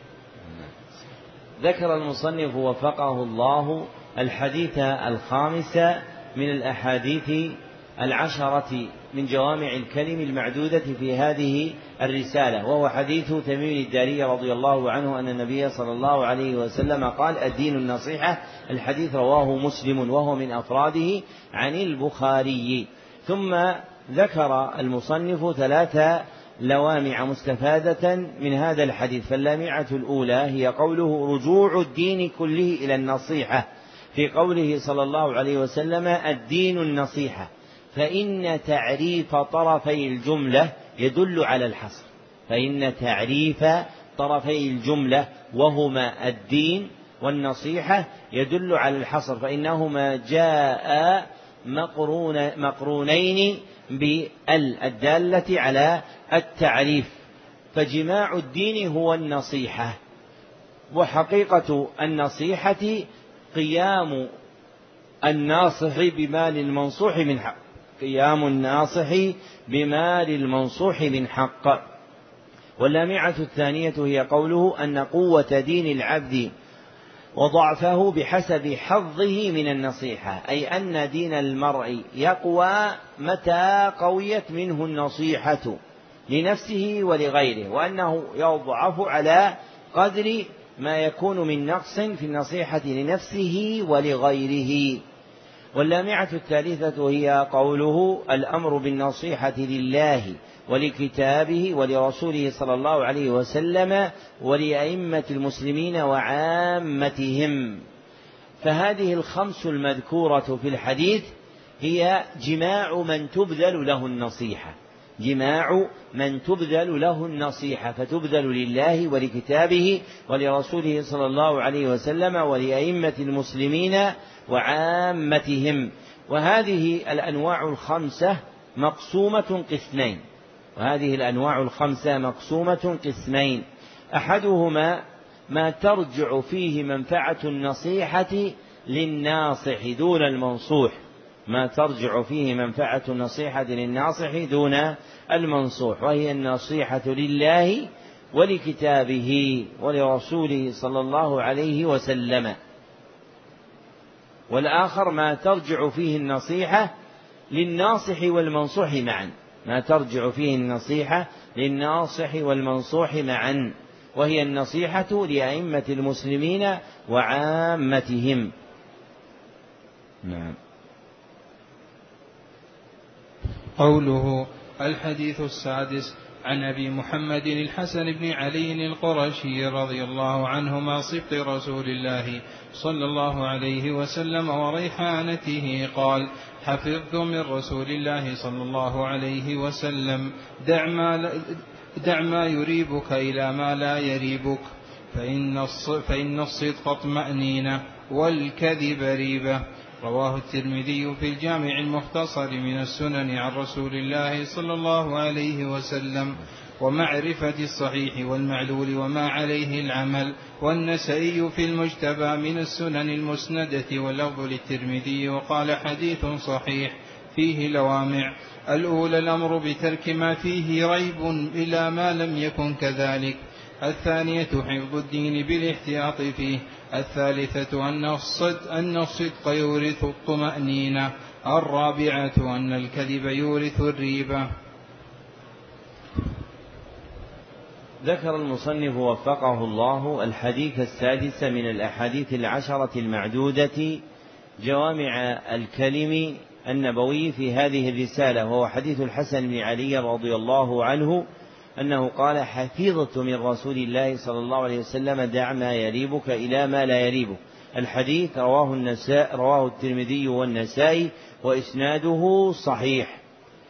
ذكر المصنف وفقه الله الحديث الخامس من الأحاديث العشرة من جوامع الكلم المعدودة في هذه الرسالة، وهو حديث تميم الداري رضي الله عنه أن النبي صلى الله عليه وسلم قال: الدين النصيحة. الحديث رواه مسلم وهو من أفراده عن البخاري. ثم ذكر المصنف ثلاث لوامع مستفادة من هذا الحديث. فاللامعة الأولى هي قوله: رجوع الدين كله إلى النصيحة، في قوله صلى الله عليه وسلم: الدين النصيحة، فإن تعريف طرفي الجملة يدل على الحصر. فإن تعريف طرفي الجملة وهما الدين والنصيحة يدل على الحصر، فإنهما جاء مقرون مقرونين بال الدالة على التعريف. فجماع الدين هو النصيحة، وحقيقة النصيحة قيام الناصح بمال المنصوح من حق قيام الناصح بمال المنصوح من حق. واللامعة الثانية هي قوله: أن قوة دين العبد وضعفه بحسب حظه من النصيحة، أي أن دين المرء يقوى متى قويت منه النصيحة لنفسه ولغيره، وأنه يضعف على قدر ما يكون من نقص في النصيحة لنفسه ولغيره. واللامعة الثالثة هي قوله: الأمر بالنصيحة لله ولكتابه ولرسوله صلى الله عليه وسلم ولأئمة المسلمين وعامتهم. فهذه الخمس المذكورة في الحديث هي جماع من تبذل له النصيحة جماع من تبذل له النصيحة فتبذل لله ولكتابه ولرسوله صلى الله عليه وسلم ولأئمة المسلمين وعامتهم. وهذه الأنواع الخمسة مقسومة قسمين وهذه الأنواع الخمسة مقسومة قسمين أحدهما ما ترجع فيه منفعة النصيحة للناصح دون المنصوح ما ترجع فيه منفعة النصيحة للناصح دون المنصوح وهي النصيحة لله ولكتابه ولرسوله صلى الله عليه وسلم. والآخر ما ترجع فيه النصيحة للناصح والمنصوح معا ما ترجع فيه النصيحة للناصح والمنصوح معا وهي النصيحة لأئمة المسلمين وعامتهم. نعم. قوله: الحديث السادس عن أبي محمد الحسن بن علي القرشي رضي الله عنهما صبط رسول الله صلى الله عليه وسلم وريحانته قال: حفظت من رسول الله صلى الله عليه وسلم: دع ما, دع ما يريبك إلى ما لا يريبك، فإن, فإن الصدق اطمأنينة والكذب ريبة. رواه الترمذي في الجامع المختصر من السنن عن رسول الله صلى الله عليه وسلم. ومعرفة الصحيح والمعلول وما عليه العمل. والنسائي في المجتبى من السنن المسندة واللفظ للترمذي وقال حديث صحيح فيه لوامع. الأولى الأمر بترك ما فيه ريب إلى ما لم يكن كذلك. الثانية حفظ الدين بالاحتياط فيه. الثالثة أن الصدق, أن الصدق يورث الطمأنينة. الرابعة أن الكذب يورث الريبة. ذكر المصنف وفقه الله الحديث السادس من الأحاديث العشرة المعدودة جوامع الكلم النبوي في هذه الرسالة، وهو حديث الحسن بن علي رضي الله عنه أنه قال: حفظت من رسول الله صلى الله عليه وسلم دع ما يريبك إلى ما لا يريبك. الحديث رواه النساء رواه الترمذي والنسائي وإسناده صحيح.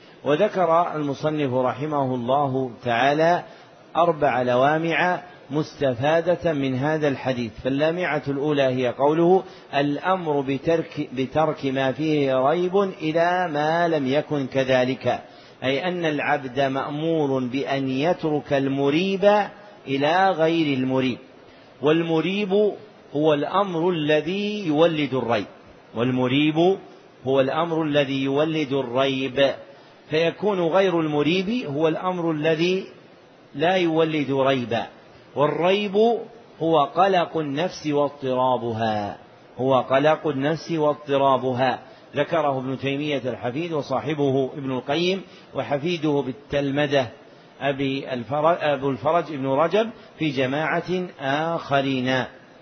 وذكر المصنف رحمه الله تعالى أربع لوامع مستفادة من هذا الحديث. فاللامعة الأولى هي قوله: الأمر بترك, بترك ما فيه ريب إلى ما لم يكن كذلك، أي أن العبد مأمور بأن يترك المريب إلى غير المريب. والمريب هو الأمر الذي يولد الريب والمريب هو الأمر الذي يولد الريب فيكون غير المريب هو الأمر الذي لا يولد ريبا. والريب هو قلق النفس واضطرابها هو قلق النفس واضطرابها ذكره ابن تيمية الحفيد وصاحبه ابن القيم، وحفيده بالتلمذة أبي الفرج, أبو الفرج ابن رجب في جماعة آخرين.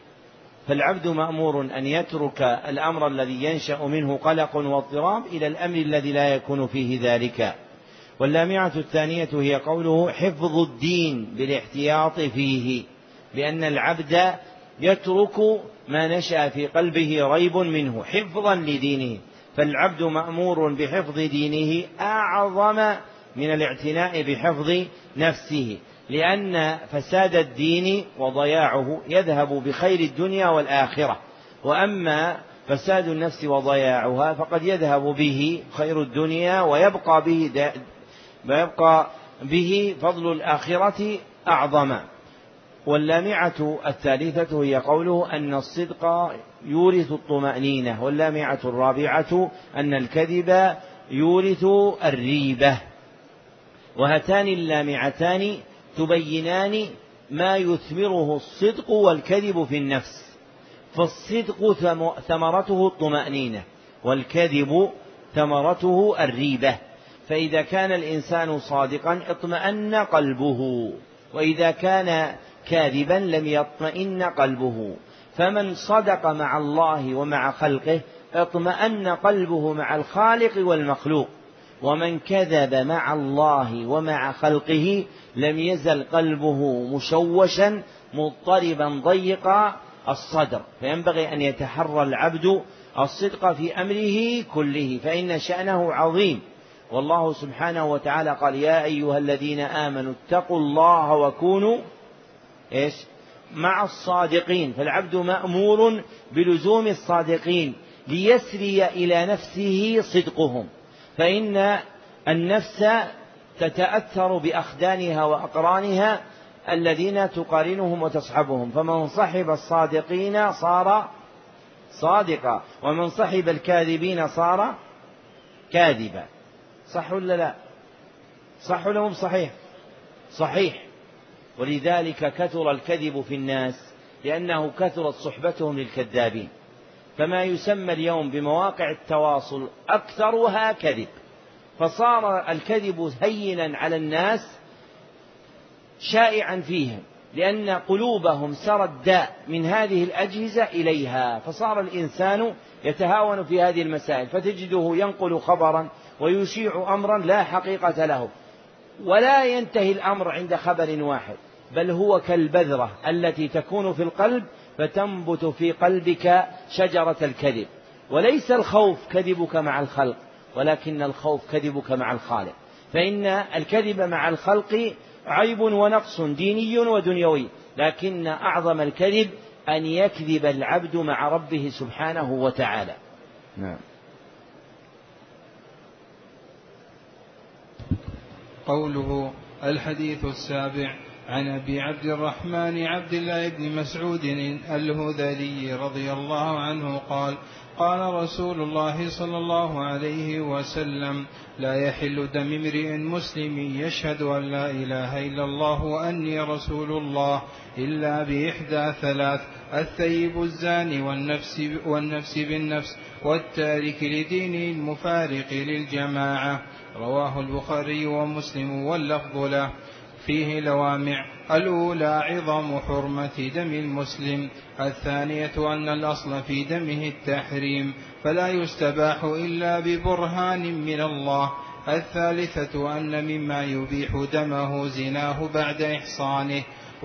فالعبد مأمور أن يترك الأمر الذي ينشأ منه قلق واضطراب إلى الأمر الذي لا يكون فيه ذلك. واللامعة الثانية هي قوله: حفظ الدين بالاحتياط فيه، بأن العبد يترك ما نشأ في قلبه ريب منه حفظا لدينه. فالعبد مأمور بحفظ دينه أعظم من الاعتناء بحفظ نفسه، لأن فساد الدين وضياعه يذهب بخير الدنيا والآخرة، وأما فساد النفس وضياعها فقد يذهب به خير الدنيا ويبقى به ويبقى به فضل الآخرة أعظم. واللامعة الثالثة هي قوله: أن الصدق يورث الطمأنينة. واللامعة الرابعة أن الكذب يورث الريبة. وهاتان اللامعتان تبينان ما يثمره الصدق والكذب في النفس. فالصدق ثمرته الطمأنينة، والكذب ثمرته الريبة. فإذا كان الإنسان صادقا اطمأن قلبه، وإذا كان كاذبا لم يطمئن قلبه. فمن صدق مع الله ومع خلقه اطمأن قلبه مع الخالق والمخلوق، ومن كذب مع الله ومع خلقه لم يزل قلبه مشوشا مضطربا ضيق الصدر. فينبغي أن يتحرى العبد الصدق في أمره كله، فإن شأنه عظيم. والله سبحانه وتعالى قال: يا أيها الذين آمنوا اتقوا الله وكونوا إيش مع الصادقين. فالعبد مأمور بلزوم الصادقين ليسري إلى نفسه صدقهم، فإن النفس تتأثر بأخدانها وأقرانها الذين تقارنهم وتصحبهم. فمن صحب الصادقين صار صادقا، ومن صحب الكاذبين صار كاذبا. صح ولا لا؟ صح ولا مو صحيح؟ صحيح. ولذلك كثر الكذب في الناس لأنه كثرت صحبتهم للكذابين. فما يسمى اليوم بمواقع التواصل أكثرها كذب، فصار الكذب هينا على الناس شائعا فيهم، لأن قلوبهم سرت داء من هذه الأجهزة إليها، فصار الإنسان يتهاون في هذه المسائل، فتجده ينقل خبرا ويشيع أمرا لا حقيقة له، ولا ينتهي الأمر عند خبر واحد، بل هو كالبذرة التي تكون في القلب فتنبت في قلبك شجرة الكذب. وليس الخوف كذبك مع الخلق، ولكن الخوف كذبك مع الخالق. فإن الكذب مع الخلق عيب ونقص ديني ودنيوي، لكن أعظم الكذب أن يكذب العبد مع ربه سبحانه وتعالى. نعم. قوله الحديث السابع عن أبي عبد الرحمن عبد الله بن مسعود الهذلي رضي الله عنه قال قال رسول الله صلى الله عليه وسلم لا يحل دم امرئ مسلم يشهد أن لا إله إلا الله وأني رسول الله إلا بإحدى ثلاث: الثيب الزاني والنفس, والنفس بالنفس والتارك لدينه المفارق للجماعة. رواه البخاري ومسلم واللفظ له. فيه لوامع: الأولى عظم حرمة دم المسلم، الثانية أن الأصل في دمه التحريم فلا يستباح إلا ببرهان من الله، الثالثة أن مما يبيح دمه زناه بعد إحصانه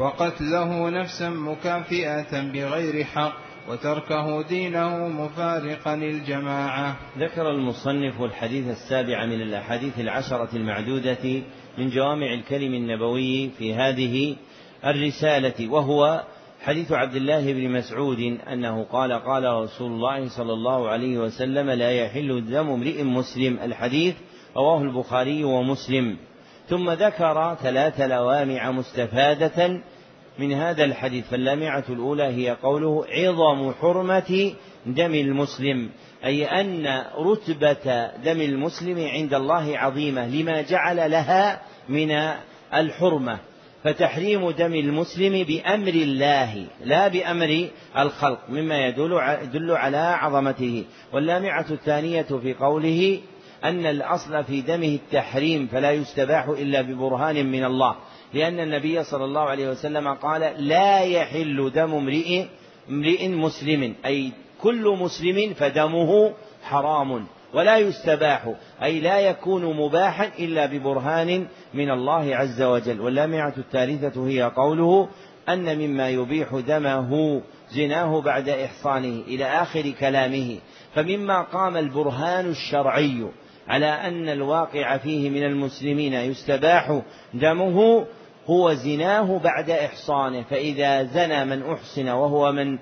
وقتله نفسا مكافئة بغير حق وتركه دينه مفارقا الجماعة. ذكر المصنف الحديث السابع من الأحاديث العشرة المعدودة من جوامع الكلم النبوي في هذه الرسالة، وهو حديث عبد الله بن مسعود أنه قال قال رسول الله صلى الله عليه وسلم لا يحل دم امرئ مسلم. الحديث رواه البخاري ومسلم. ثم ذكر ثلاث لوامع مستفادة من هذا الحديث، فاللامعة الأولى هي قوله عظم حرمة دم المسلم، أي أن رتبة دم المسلم عند الله عظيمة لما جعل لها من الحرمة، فتحريم دم المسلم بأمر الله لا بأمر الخلق مما يدل على عظمته. واللامعة الثانية في قوله أن الأصل في دمه التحريم فلا يستباح إلا ببرهان من الله، لأن النبي صلى الله عليه وسلم قال لا يحل دم امرئ امرئ مسلم، أي كل مسلم فدمه حرام ولا يستباح، أي لا يكون مباحا إلا ببرهان من الله عز وجل. واللامعة الثالثة هي قوله أن مما يبيح دمه زناه بعد إحصانه إلى آخر كلامه، فمما قام البرهان الشرعي على أن الواقع فيه من المسلمين يستباح دمه هو زناه بعد إحصانه، فإذا زنى من أحصن وهو من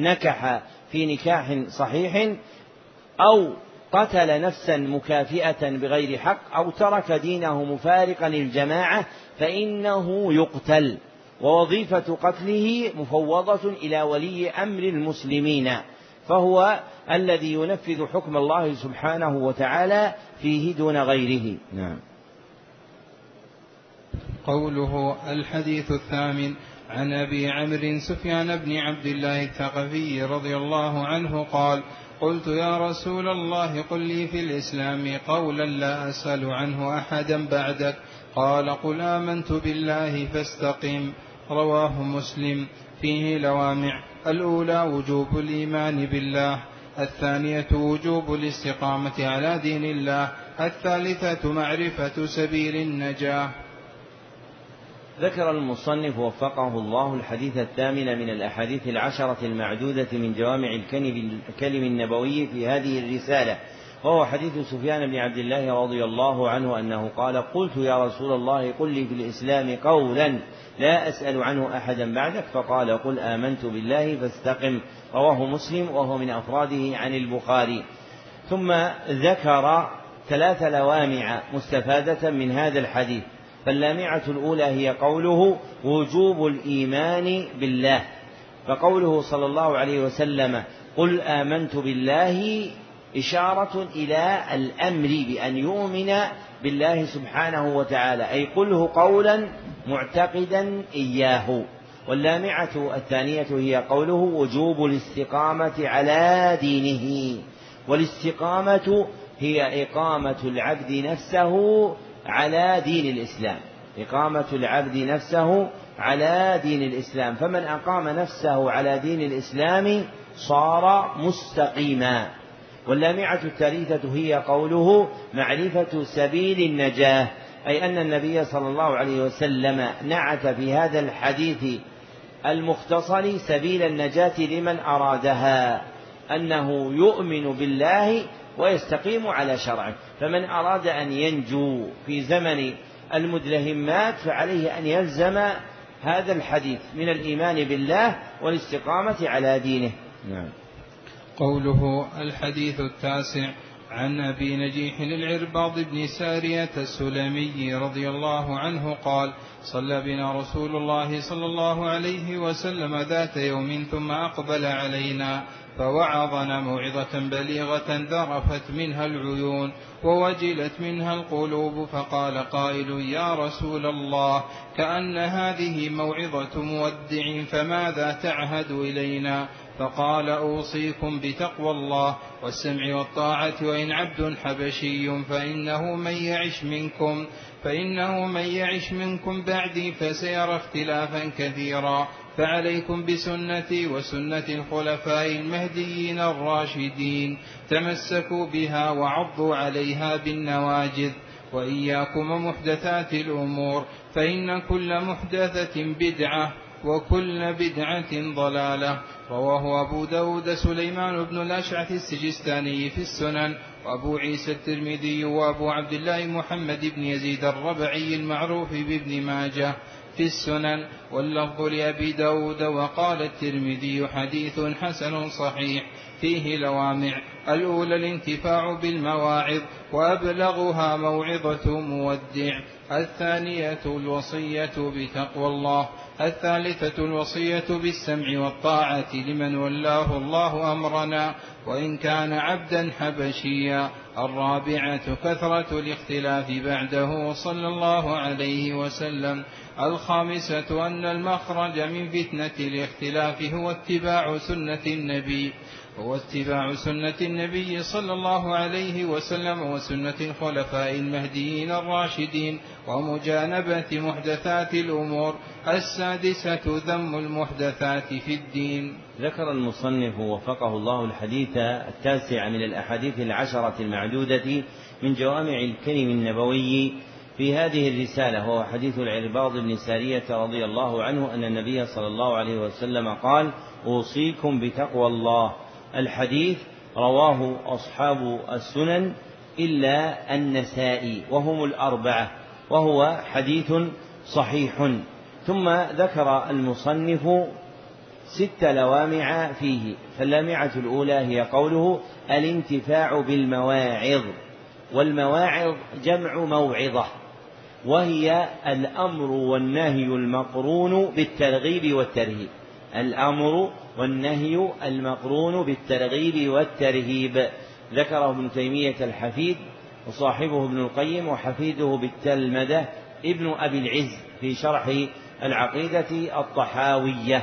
نكح في نكاح صحيح أو قتل نفسا مكافئة بغير حق أو ترك دينه مفارقا للجماعة فإنه يقتل، ووظيفة قتله مفوضة إلى ولي أمر المسلمين، فهو الذي ينفذ حكم الله سبحانه وتعالى فيه دون غيره. نعم. قوله الحديث الثامن عن أبي عمرو سفيان بن عبد الله الثقفي رضي الله عنه قال قلت يا رسول الله قل لي في الإسلام قولا لا أسأل عنه أحدا بعدك، قال قل آمنت بالله فاستقم. رواه مسلم. فيه لوامع: الأولى وجوب الإيمان بالله، الثانية وجوب الاستقامة على دين الله، الثالثة معرفة سبيل النجاة. ذكر المصنف وفقه الله الحديث الثامن من الأحاديث العشرة المعدودة من جوامع الكلم النبوي في هذه الرسالة، وهو حديث سفيان بن عبد الله رضي الله عنه أنه قال قلت يا رسول الله قل لي في الإسلام قولا لا أسأل عنه أحدا بعدك، فقال قل آمنت بالله فاستقم. رواه مسلم وهو من أفراده عن البخاري. ثم ذكر ثلاث لوامع مستفادة من هذا الحديث، فاللامعة الأولى هي قوله وجوب الإيمان بالله، فقوله صلى الله عليه وسلم قل آمنت بالله إشارة إلى الأمر بأن يؤمن بالله سبحانه وتعالى، أي قله قولا معتقدا إياه. واللامعة الثانية هي قوله وجوب الاستقامة على دينه، والاستقامة هي إقامة العبد نفسه على دين الإسلام، إقامة العبد نفسه على دين الإسلام، فمن أقام نفسه على دين الإسلام صار مستقيما. واللامعة الثالثة هي قوله معرفة سبيل النجاة، أي أن النبي صلى الله عليه وسلم نعت في هذا الحديث المختصر سبيل النجاة لمن أرادها، أنه يؤمن بالله ويستقيم على شرعه، فمن أراد أن ينجو في زمن المدلهمات فعليه أن يلزم هذا الحديث من الإيمان بالله والاستقامة على دينه. نعم. قوله الحديث التاسع عن أبي نجيح العرباض بن سارية السلمي رضي الله عنه قال صلى بنا رسول الله صلى الله عليه وسلم ذات يوم ثم أقبل علينا فوعظنا موعظة بليغة ذرفت منها العيون ووجلت منها القلوب، فقال قائل يا رسول الله كأن هذه موعظة مودع فماذا تعهد إلينا؟ فقال أوصيكم بتقوى الله والسمع والطاعة وإن عبد حبشي فإنه من يعش منكم فإنه من يعش منكم بعدي فسيرى اختلافا كثيرا، فعليكم بسنتي وسنة الخلفاء المهديين الراشدين، تمسكوا بها وعضوا عليها بالنواجذ، وإياكم محدثات الأمور فإن كل محدثة بدعة وكل بدعة ضلالة. رواه أبو داود سليمان بن الأشعث السجستاني في السنن، وأبو عيسى الترمذي، وأبو عبد الله محمد بن يزيد الربعي المعروف بابن ماجه في السنن، واللفظ لأبي داود. وقال الترمذي حديث حسن صحيح فيه لوامع: الأولى الانتفاع بالمواعظ وأبلغها موعظة مودع، الثانية الوصية بتقوى الله، الثالثة الوصية بالسمع والطاعة لمن ولاه الله أمرنا وإن كان عبدا حبشيا، الرابعة كثرة الاختلاف بعده صلى الله عليه وسلم، الخامسة أن المخرج من فتنة الاختلاف هو اتباع سنة النبي هو اتباع سنة النبي صلى الله عليه وسلم وسنة الخلفاء المهديين الراشدين ومجانبة محدثات الأمور، السادسة ذم المحدثات في الدين. ذكر المصنف وفقه الله الحديث التاسع من الأحاديث العشرة المعدودة من جوامع الكلم النبوي في هذه الرسالة، وهو حديث العرباض بن سارية رضي الله عنه أن النبي صلى الله عليه وسلم قال: أوصيكم بتقوى الله. الحديث رواه أصحاب السنن إلا النسائي وهم الأربعة، وهو حديث صحيح. ثم ذكر المصنف ست لوامع فيه، فاللامعة الأولى هي قوله الانتفاع بالمواعظ، والمواعظ جمع موعظة، وهي الأمر والنهي المقرون بالترغيب والترهيب. الأمر والنهي المقرون بالترغيب والترهيب. ذكره ابن تيمية الحفيد وصاحبه ابن القيم وحفيده بالتلمذة ابن أبي العز في شرح العقيدة الطحاوية.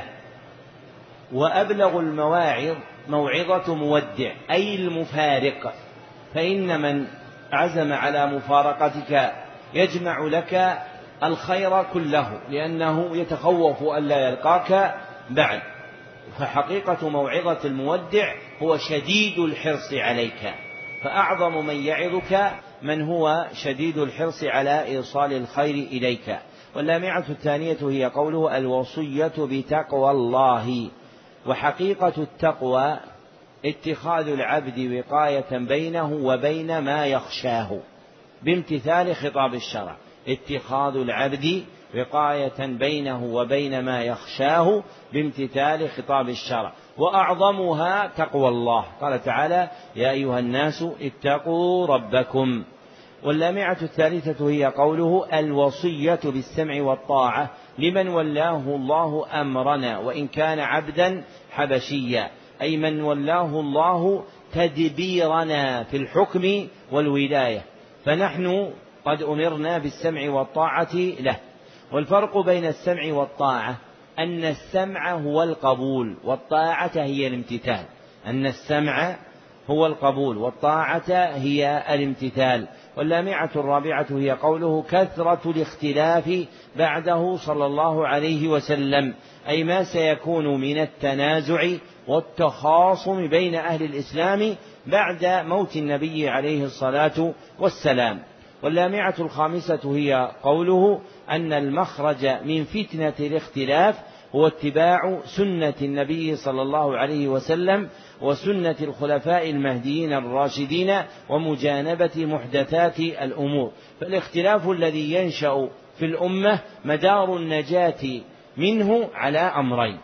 وأبلغ المواعظ موعظة مودع أي المفارق، فإن من عزم على مفارقتك يجمع لك الخير كله لأنه يتخوف ألا يلقاك بعد. فحقيقة موعظة المودع هو شديد الحرص عليك، فأعظم من يعظك من هو شديد الحرص على إيصال الخير إليك. واللامعة الثانية هي قوله الوصية بتقوى الله. وحقيقة التقوى اتخاذ العبد وقاية بينه وبين ما يخشاه بامتثال خطاب الشرع، اتخاذ العبد وقاية بينه وبين ما يخشاه بامتثال خطاب الشرع، وأعظمها تقوى الله. قال تعالى: يا أيها الناس اتقوا ربكم. واللامعة الثالثة هي قوله الوصية بالسمع والطاعة لمن ولاه الله أمرنا وإن كان عبدا حبشيا، أي من ولاه الله تدبيرنا في الحكم والولاية، فنحن قد أمرنا بالسمع والطاعة له. والفرق بين السمع والطاعة أن السمع هو القبول والطاعة هي الامتثال. أن السمع هو القبول والطاعة هي الامتثال. واللامعة الرابعة هي قوله كثرة الاختلاف بعده صلى الله عليه وسلم، أي ما سيكون من التنازع والتخاصم بين أهل الإسلام بعد موت النبي عليه الصلاة والسلام. واللامعة الخامسة هي قوله أن المخرج من فتنة الاختلاف هو اتباع سنة النبي صلى الله عليه وسلم وسنة الخلفاء المهديين الراشدين ومجانبة محدثات الأمور. فالاختلاف الذي ينشأ في الأمة مدار النجاة منه على أمرين: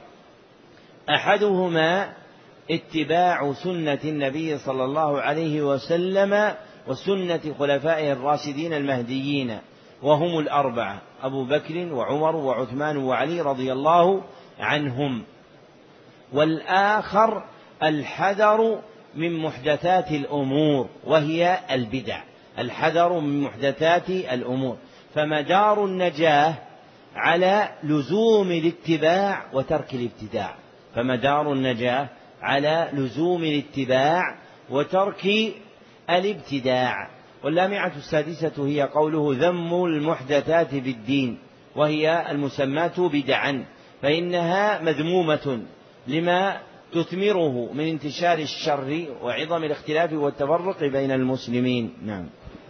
أحدهما اتباع سنة النبي صلى الله عليه وسلم وسنة خلفائه الراشدين المهديين، وهم الأربعة أبو بكر وعمر وعثمان وعلي رضي الله عنهم. والآخر الحذر من محدثات الأمور وهي البدع، الحذر من محدثات الأمور. فمدار النجاة على لزوم الاتباع وترك الابتداع، فمدار النجاة على لزوم الاتباع وترك الابتداع. واللامعة السادسة هي قوله: ذم المحدثات بالدين، وهي المسمات بدعا، فإنها مذمومة لما تثمره من انتشار الشر وعظم الاختلاف والتفرق بين المسلمين. نعم.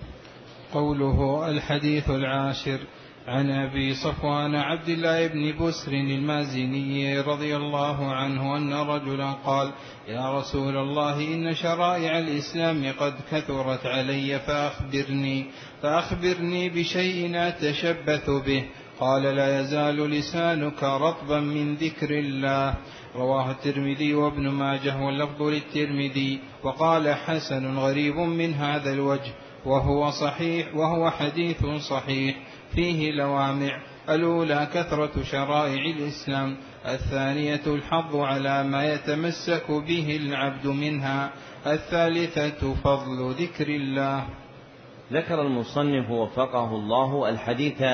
قوله: الحديث العاشر عن أبي صفوان عبد الله بن بسر المازني رضي الله عنه أن رجلا قال: يا رسول الله، إن شرائع الإسلام قد كثرت علي، فأخبرني, فأخبرني بشيء أتشبث به. قال: لا يزال لسانك رطبا من ذكر الله. رواه الترمذي وابن ماجه، واللفظ للترمذي، وقال: حسن غريب من هذا الوجه، وهو صحيح، وهو حديث صحيح فيه لوامع: الأولى كثرة شرائع الإسلام، الثانية الحظ على ما يتمسك به العبد منها، الثالثة فضل ذكر الله. ذكر المصنف وفقه الله الحديث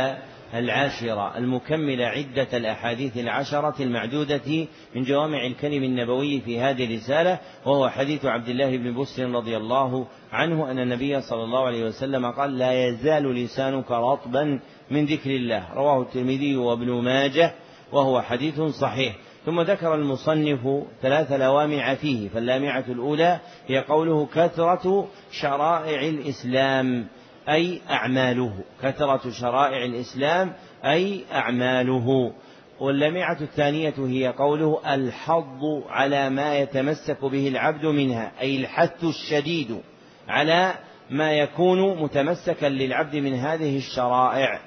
العاشرة المكمل عدة الأحاديث العشرة المعدودة من جوامع الكلم النبوي في هذه الرسالة، وهو حديث عبد الله بن بسر رضي الله عنه أن النبي صلى الله عليه وسلم قال: لا يزال لسانك رطبا من ذكر الله. رواه الترمذي وابن ماجه، وهو حديث صحيح. ثم ذكر المصنف ثلاث لوامع فيه، فاللامعة الأولى هي قوله: كثرة شرائع الإسلام أي أعماله، كثرة شرائع الإسلام أي أعماله. واللامعة الثانية هي قوله: الحظ على ما يتمسك به العبد منها، أي الحث الشديد على ما يكون متمسكا للعبد من هذه الشرائع،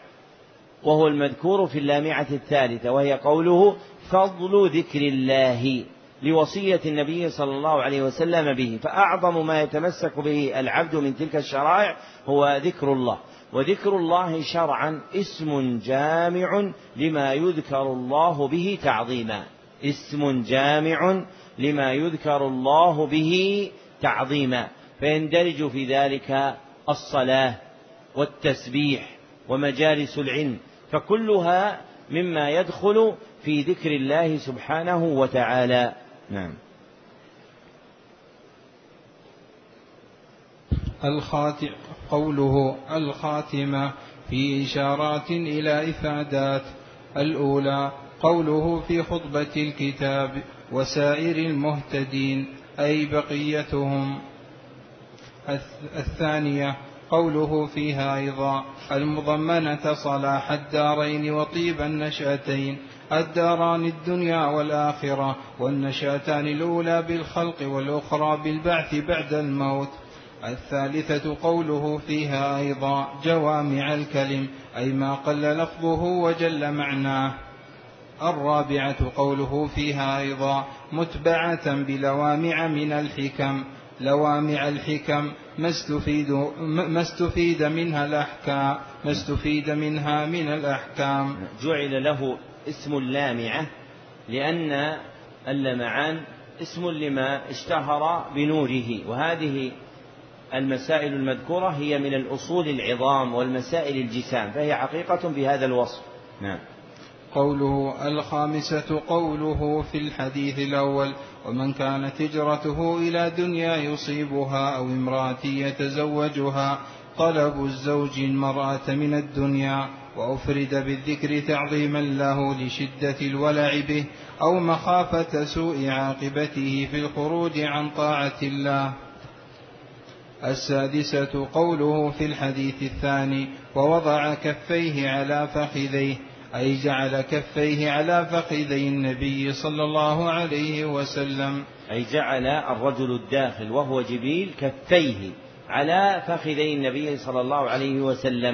وهو المذكور في اللامعة الثالثة، وهي قوله: فضل ذكر الله، لوصية النبي صلى الله عليه وسلم به. فأعظم ما يتمسك به العبد من تلك الشرائع هو ذكر الله. وذكر الله شرعا اسم جامع لما يذكر الله به تعظيما، اسم جامع لما يذكر الله به تعظيما، فيندرج في ذلك الصلاة والتسبيح ومجالس العلم، فكلها مما يدخل في ذكر الله سبحانه وتعالى. نعم. الخاتم قوله: الخاتمة في إشارات إلى إفادات. الأولى قوله: في خطبة الكتاب وسائر المهتدين، أي بقيتهم. الثانية قوله فيها أيضا، المضمنة صلاح الدارين وطيب النشأتين، الداران الدنيا والآخرة، والنشأتان الأولى بالخلق والأخرى بالبعث بعد الموت. الثالثة قوله فيها أيضا، جوامع الكلم، أي ما قل لفظه وجل معناه. الرابعة قوله فيها أيضا، متبعة بلوامع من الحكم، لوامع الحكم ما استفيد, ما استفيد منها الأحكام ما استفيد منها من الأحكام. جعل له اسم اللامعة لأن اللمعان اسم لما اشتهر بنوره، وهذه المسائل المذكورة هي من الأصول العظام والمسائل الجسام، فهي حقيقة بهذا الوصف. نعم. قوله: الخامسة قوله في الحديث الأول: ومن كانت هجرته إلى دنيا يصيبها أو امرأة يتزوجها، طلب الزوج المرأة من الدنيا، وأفرد بالذكر تعظيما له لشدة الولع به أو مخافة سوء عاقبته في الخروج عن طاعة الله. السادسة قوله في الحديث الثاني: ووضع كفيه على فخذيه، أي جعل كفيه على فخذي النبي صلى الله عليه وسلم، أي جعل الرجل الداخل وهو جبريل كفيه على فخذي النبي صلى الله عليه وسلم،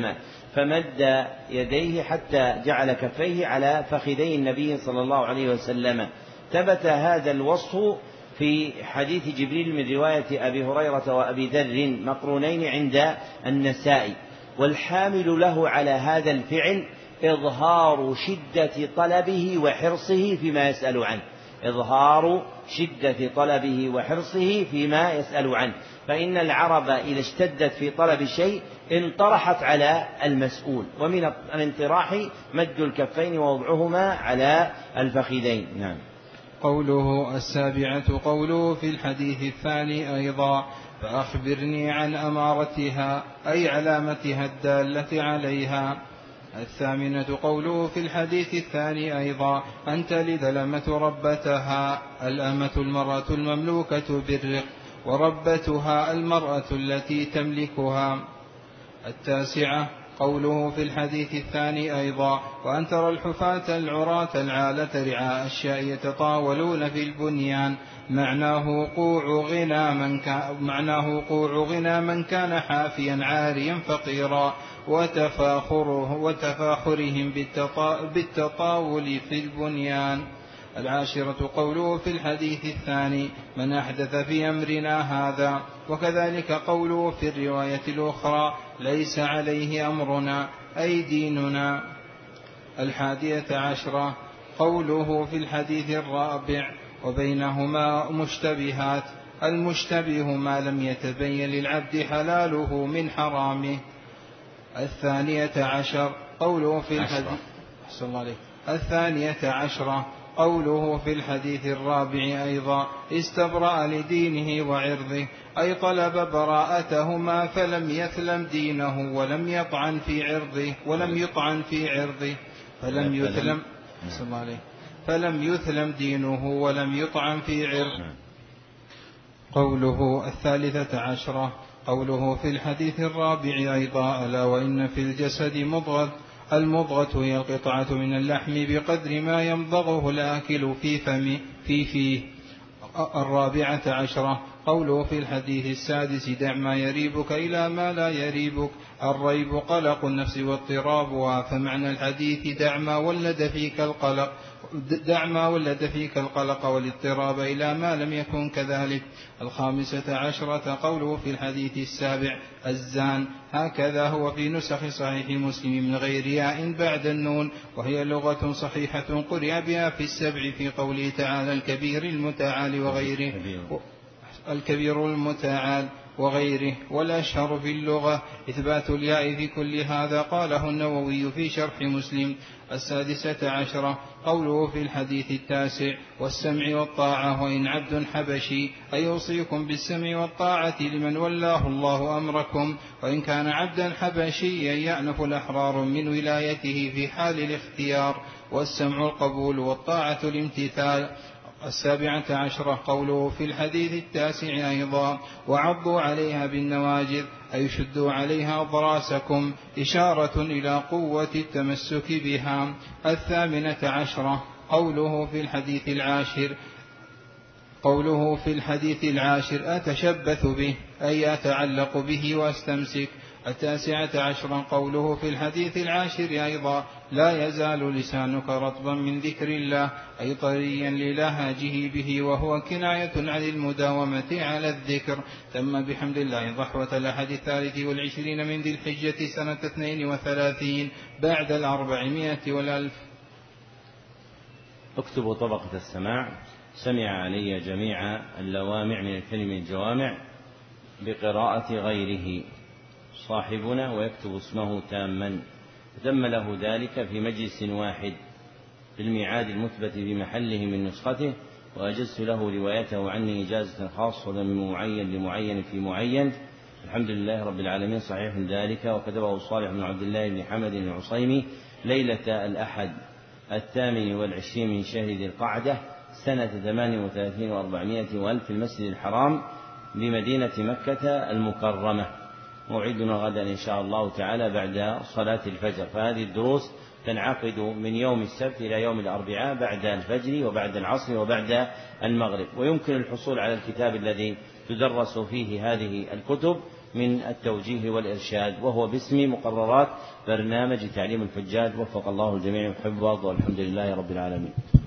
فمد يديه حتى جعل كفيه على فخذي النبي صلى الله عليه وسلم. ثبت هذا الوصف في حديث جبريل من رواية أبي هريرة وأبي ذر مقرونين عند النسائي. والحامل له على هذا الفعل إظهار شدة طلبه وحرصه فيما يسأل عنه، إظهار شدة طلبه وحرصه فيما يسأل عنه، فإن العرب إذا اشتدت في طلب شيء انطرحت على المسؤول، ومن الانطراح مد الكفين ووضعهما على الفخذين. نعم. قوله السابعة قوله في الحديث الثاني أيضا فأخبرني عن أمارتها أي علامتها الدالة عليها. الثامنة قوله في الحديث الثاني أيضا أن تلد الأمة ربتها، الأمة المرأة المملوكة بالرق، وربتها المرأة التي تملكها. التاسعة قوله في الحديث الثاني أيضا وأن ترى الحفاة العراة العالة رعاء الشاء يتطاولون في البنيان، معناه وقوع غنى من كان, معناه وقوع غنى من كان حافيا عاريا فقيرا، وتفاخره وتفاخرهم بالتطاول في البنيان. العاشرة قوله في الحديث الثاني من أحدث في أمرنا هذا، وكذلك قوله في الرواية الأخرى ليس عليه أمرنا أي ديننا. الحادية عشرة قوله في الحديث الرابع وبينهما مشتبهات، المشتبه ما لم يتبين للعبد حلاله من حرامه. الثانية عشر قوله في الحديث الثانية عشرة قوله في الحديث الرابع أيضا استبرأ لدينه وعرضه، أي طلب براءتهما فلم يثلم دينه ولم يطعن في عرضه ولم يطعن في عرضه فلم يثلم فلم يثلم دينه ولم يطعن في عرضه. قوله الثالثة عشرة قوله في الحديث الرابع أيضا ألا وإن في الجسد مضغة، المضغة هي القطعة من اللحم بقدر ما يمضغه الآكل في فمه في فيه. الرابعة عشرة قوله في الحديث السادس دع ما يريبك إلى ما لا يريبك، الريب قلق النفس واضطرابها، فمعنى الحديث دع ما ولد فيك القلق دع ما ولد فيك القلق والاضطراب إلى ما لم يكن كذلك. الخامسة عشرة قوله في الحديث السابع الزان، هكذا هو في نسخ صحيح مسلم من غير ياء بعد النون، وهي لغة صحيحة قرئ بها في السبع في قوله تعالى الكبير المتعال وغيره الكبير المتعال وغيره. والأشهر في اللغة إثبات الياء في كل هذا، قاله النووي في شرح مسلم. السادسة عشرة قوله في الحديث التاسع والسمع والطاعة وإن عبد حبشي، أي يوصيكم بالسمع والطاعة لمن ولاه الله أمركم، وإن كان عبدا حبشيا يأنف الأحرار من ولايته في حال الاختيار، والسمع القبول والطاعة الامتثال. السابعة عشرة قوله في الحديث التاسع أيضا وعضوا عليها بالنواجذ، أي شدوا عليها ضراسكم، إشارة إلى قوة التمسك بها. الثامنة عشرة قوله في الحديث العاشر قوله في الحديث العاشر أتشبث به، أي أتعلق به واستمسك. التاسعة عشرا قوله في الحديث العاشر أيضا لا يزال لسانك رطبا من ذكر الله، أي طريا للهاجه به، وهو كناية عن المداومة على الذكر. تم بحمد الله ضحوة الأحد الثالث والعشرين من ذي الحجة سنة اثنين وثلاثين بعد الأربعمائة والألف. اكتبوا طبقة السماع. سمع علي جميع اللوامع من الكلم الجوامع بقراءة غيره صاحبنا، ويكتب اسمه تاما، تم له ذلك في مجلس واحد في الميعاد المثبت بمحله من نسخته، وأجزت له روايته عني إجازة خاصة من معين لمعين في معين. الحمد لله رب العالمين صحيح ذلك، وكتبه صالح بن عبد الله بن حمد العصيمي ليلة الأحد الثامن والعشرين من شهر ذي القعدة سنة ثمان وثلاثين وأربعمائة وألف في المسجد الحرام بمدينة مكة المكرمة. موعدنا غدا إن شاء الله تعالى بعد صلاة الفجر، فهذه الدروس تنعقد من يوم السبت إلى يوم الأربعاء بعد الفجر وبعد العصر وبعد المغرب. ويمكن الحصول على الكتاب الذي تدرس فيه هذه الكتب من التوجيه والإرشاد، وهو باسم مقررات برنامج تعليم الحجاج. وفق الله الجميع وحفظه، والحمد لله رب العالمين.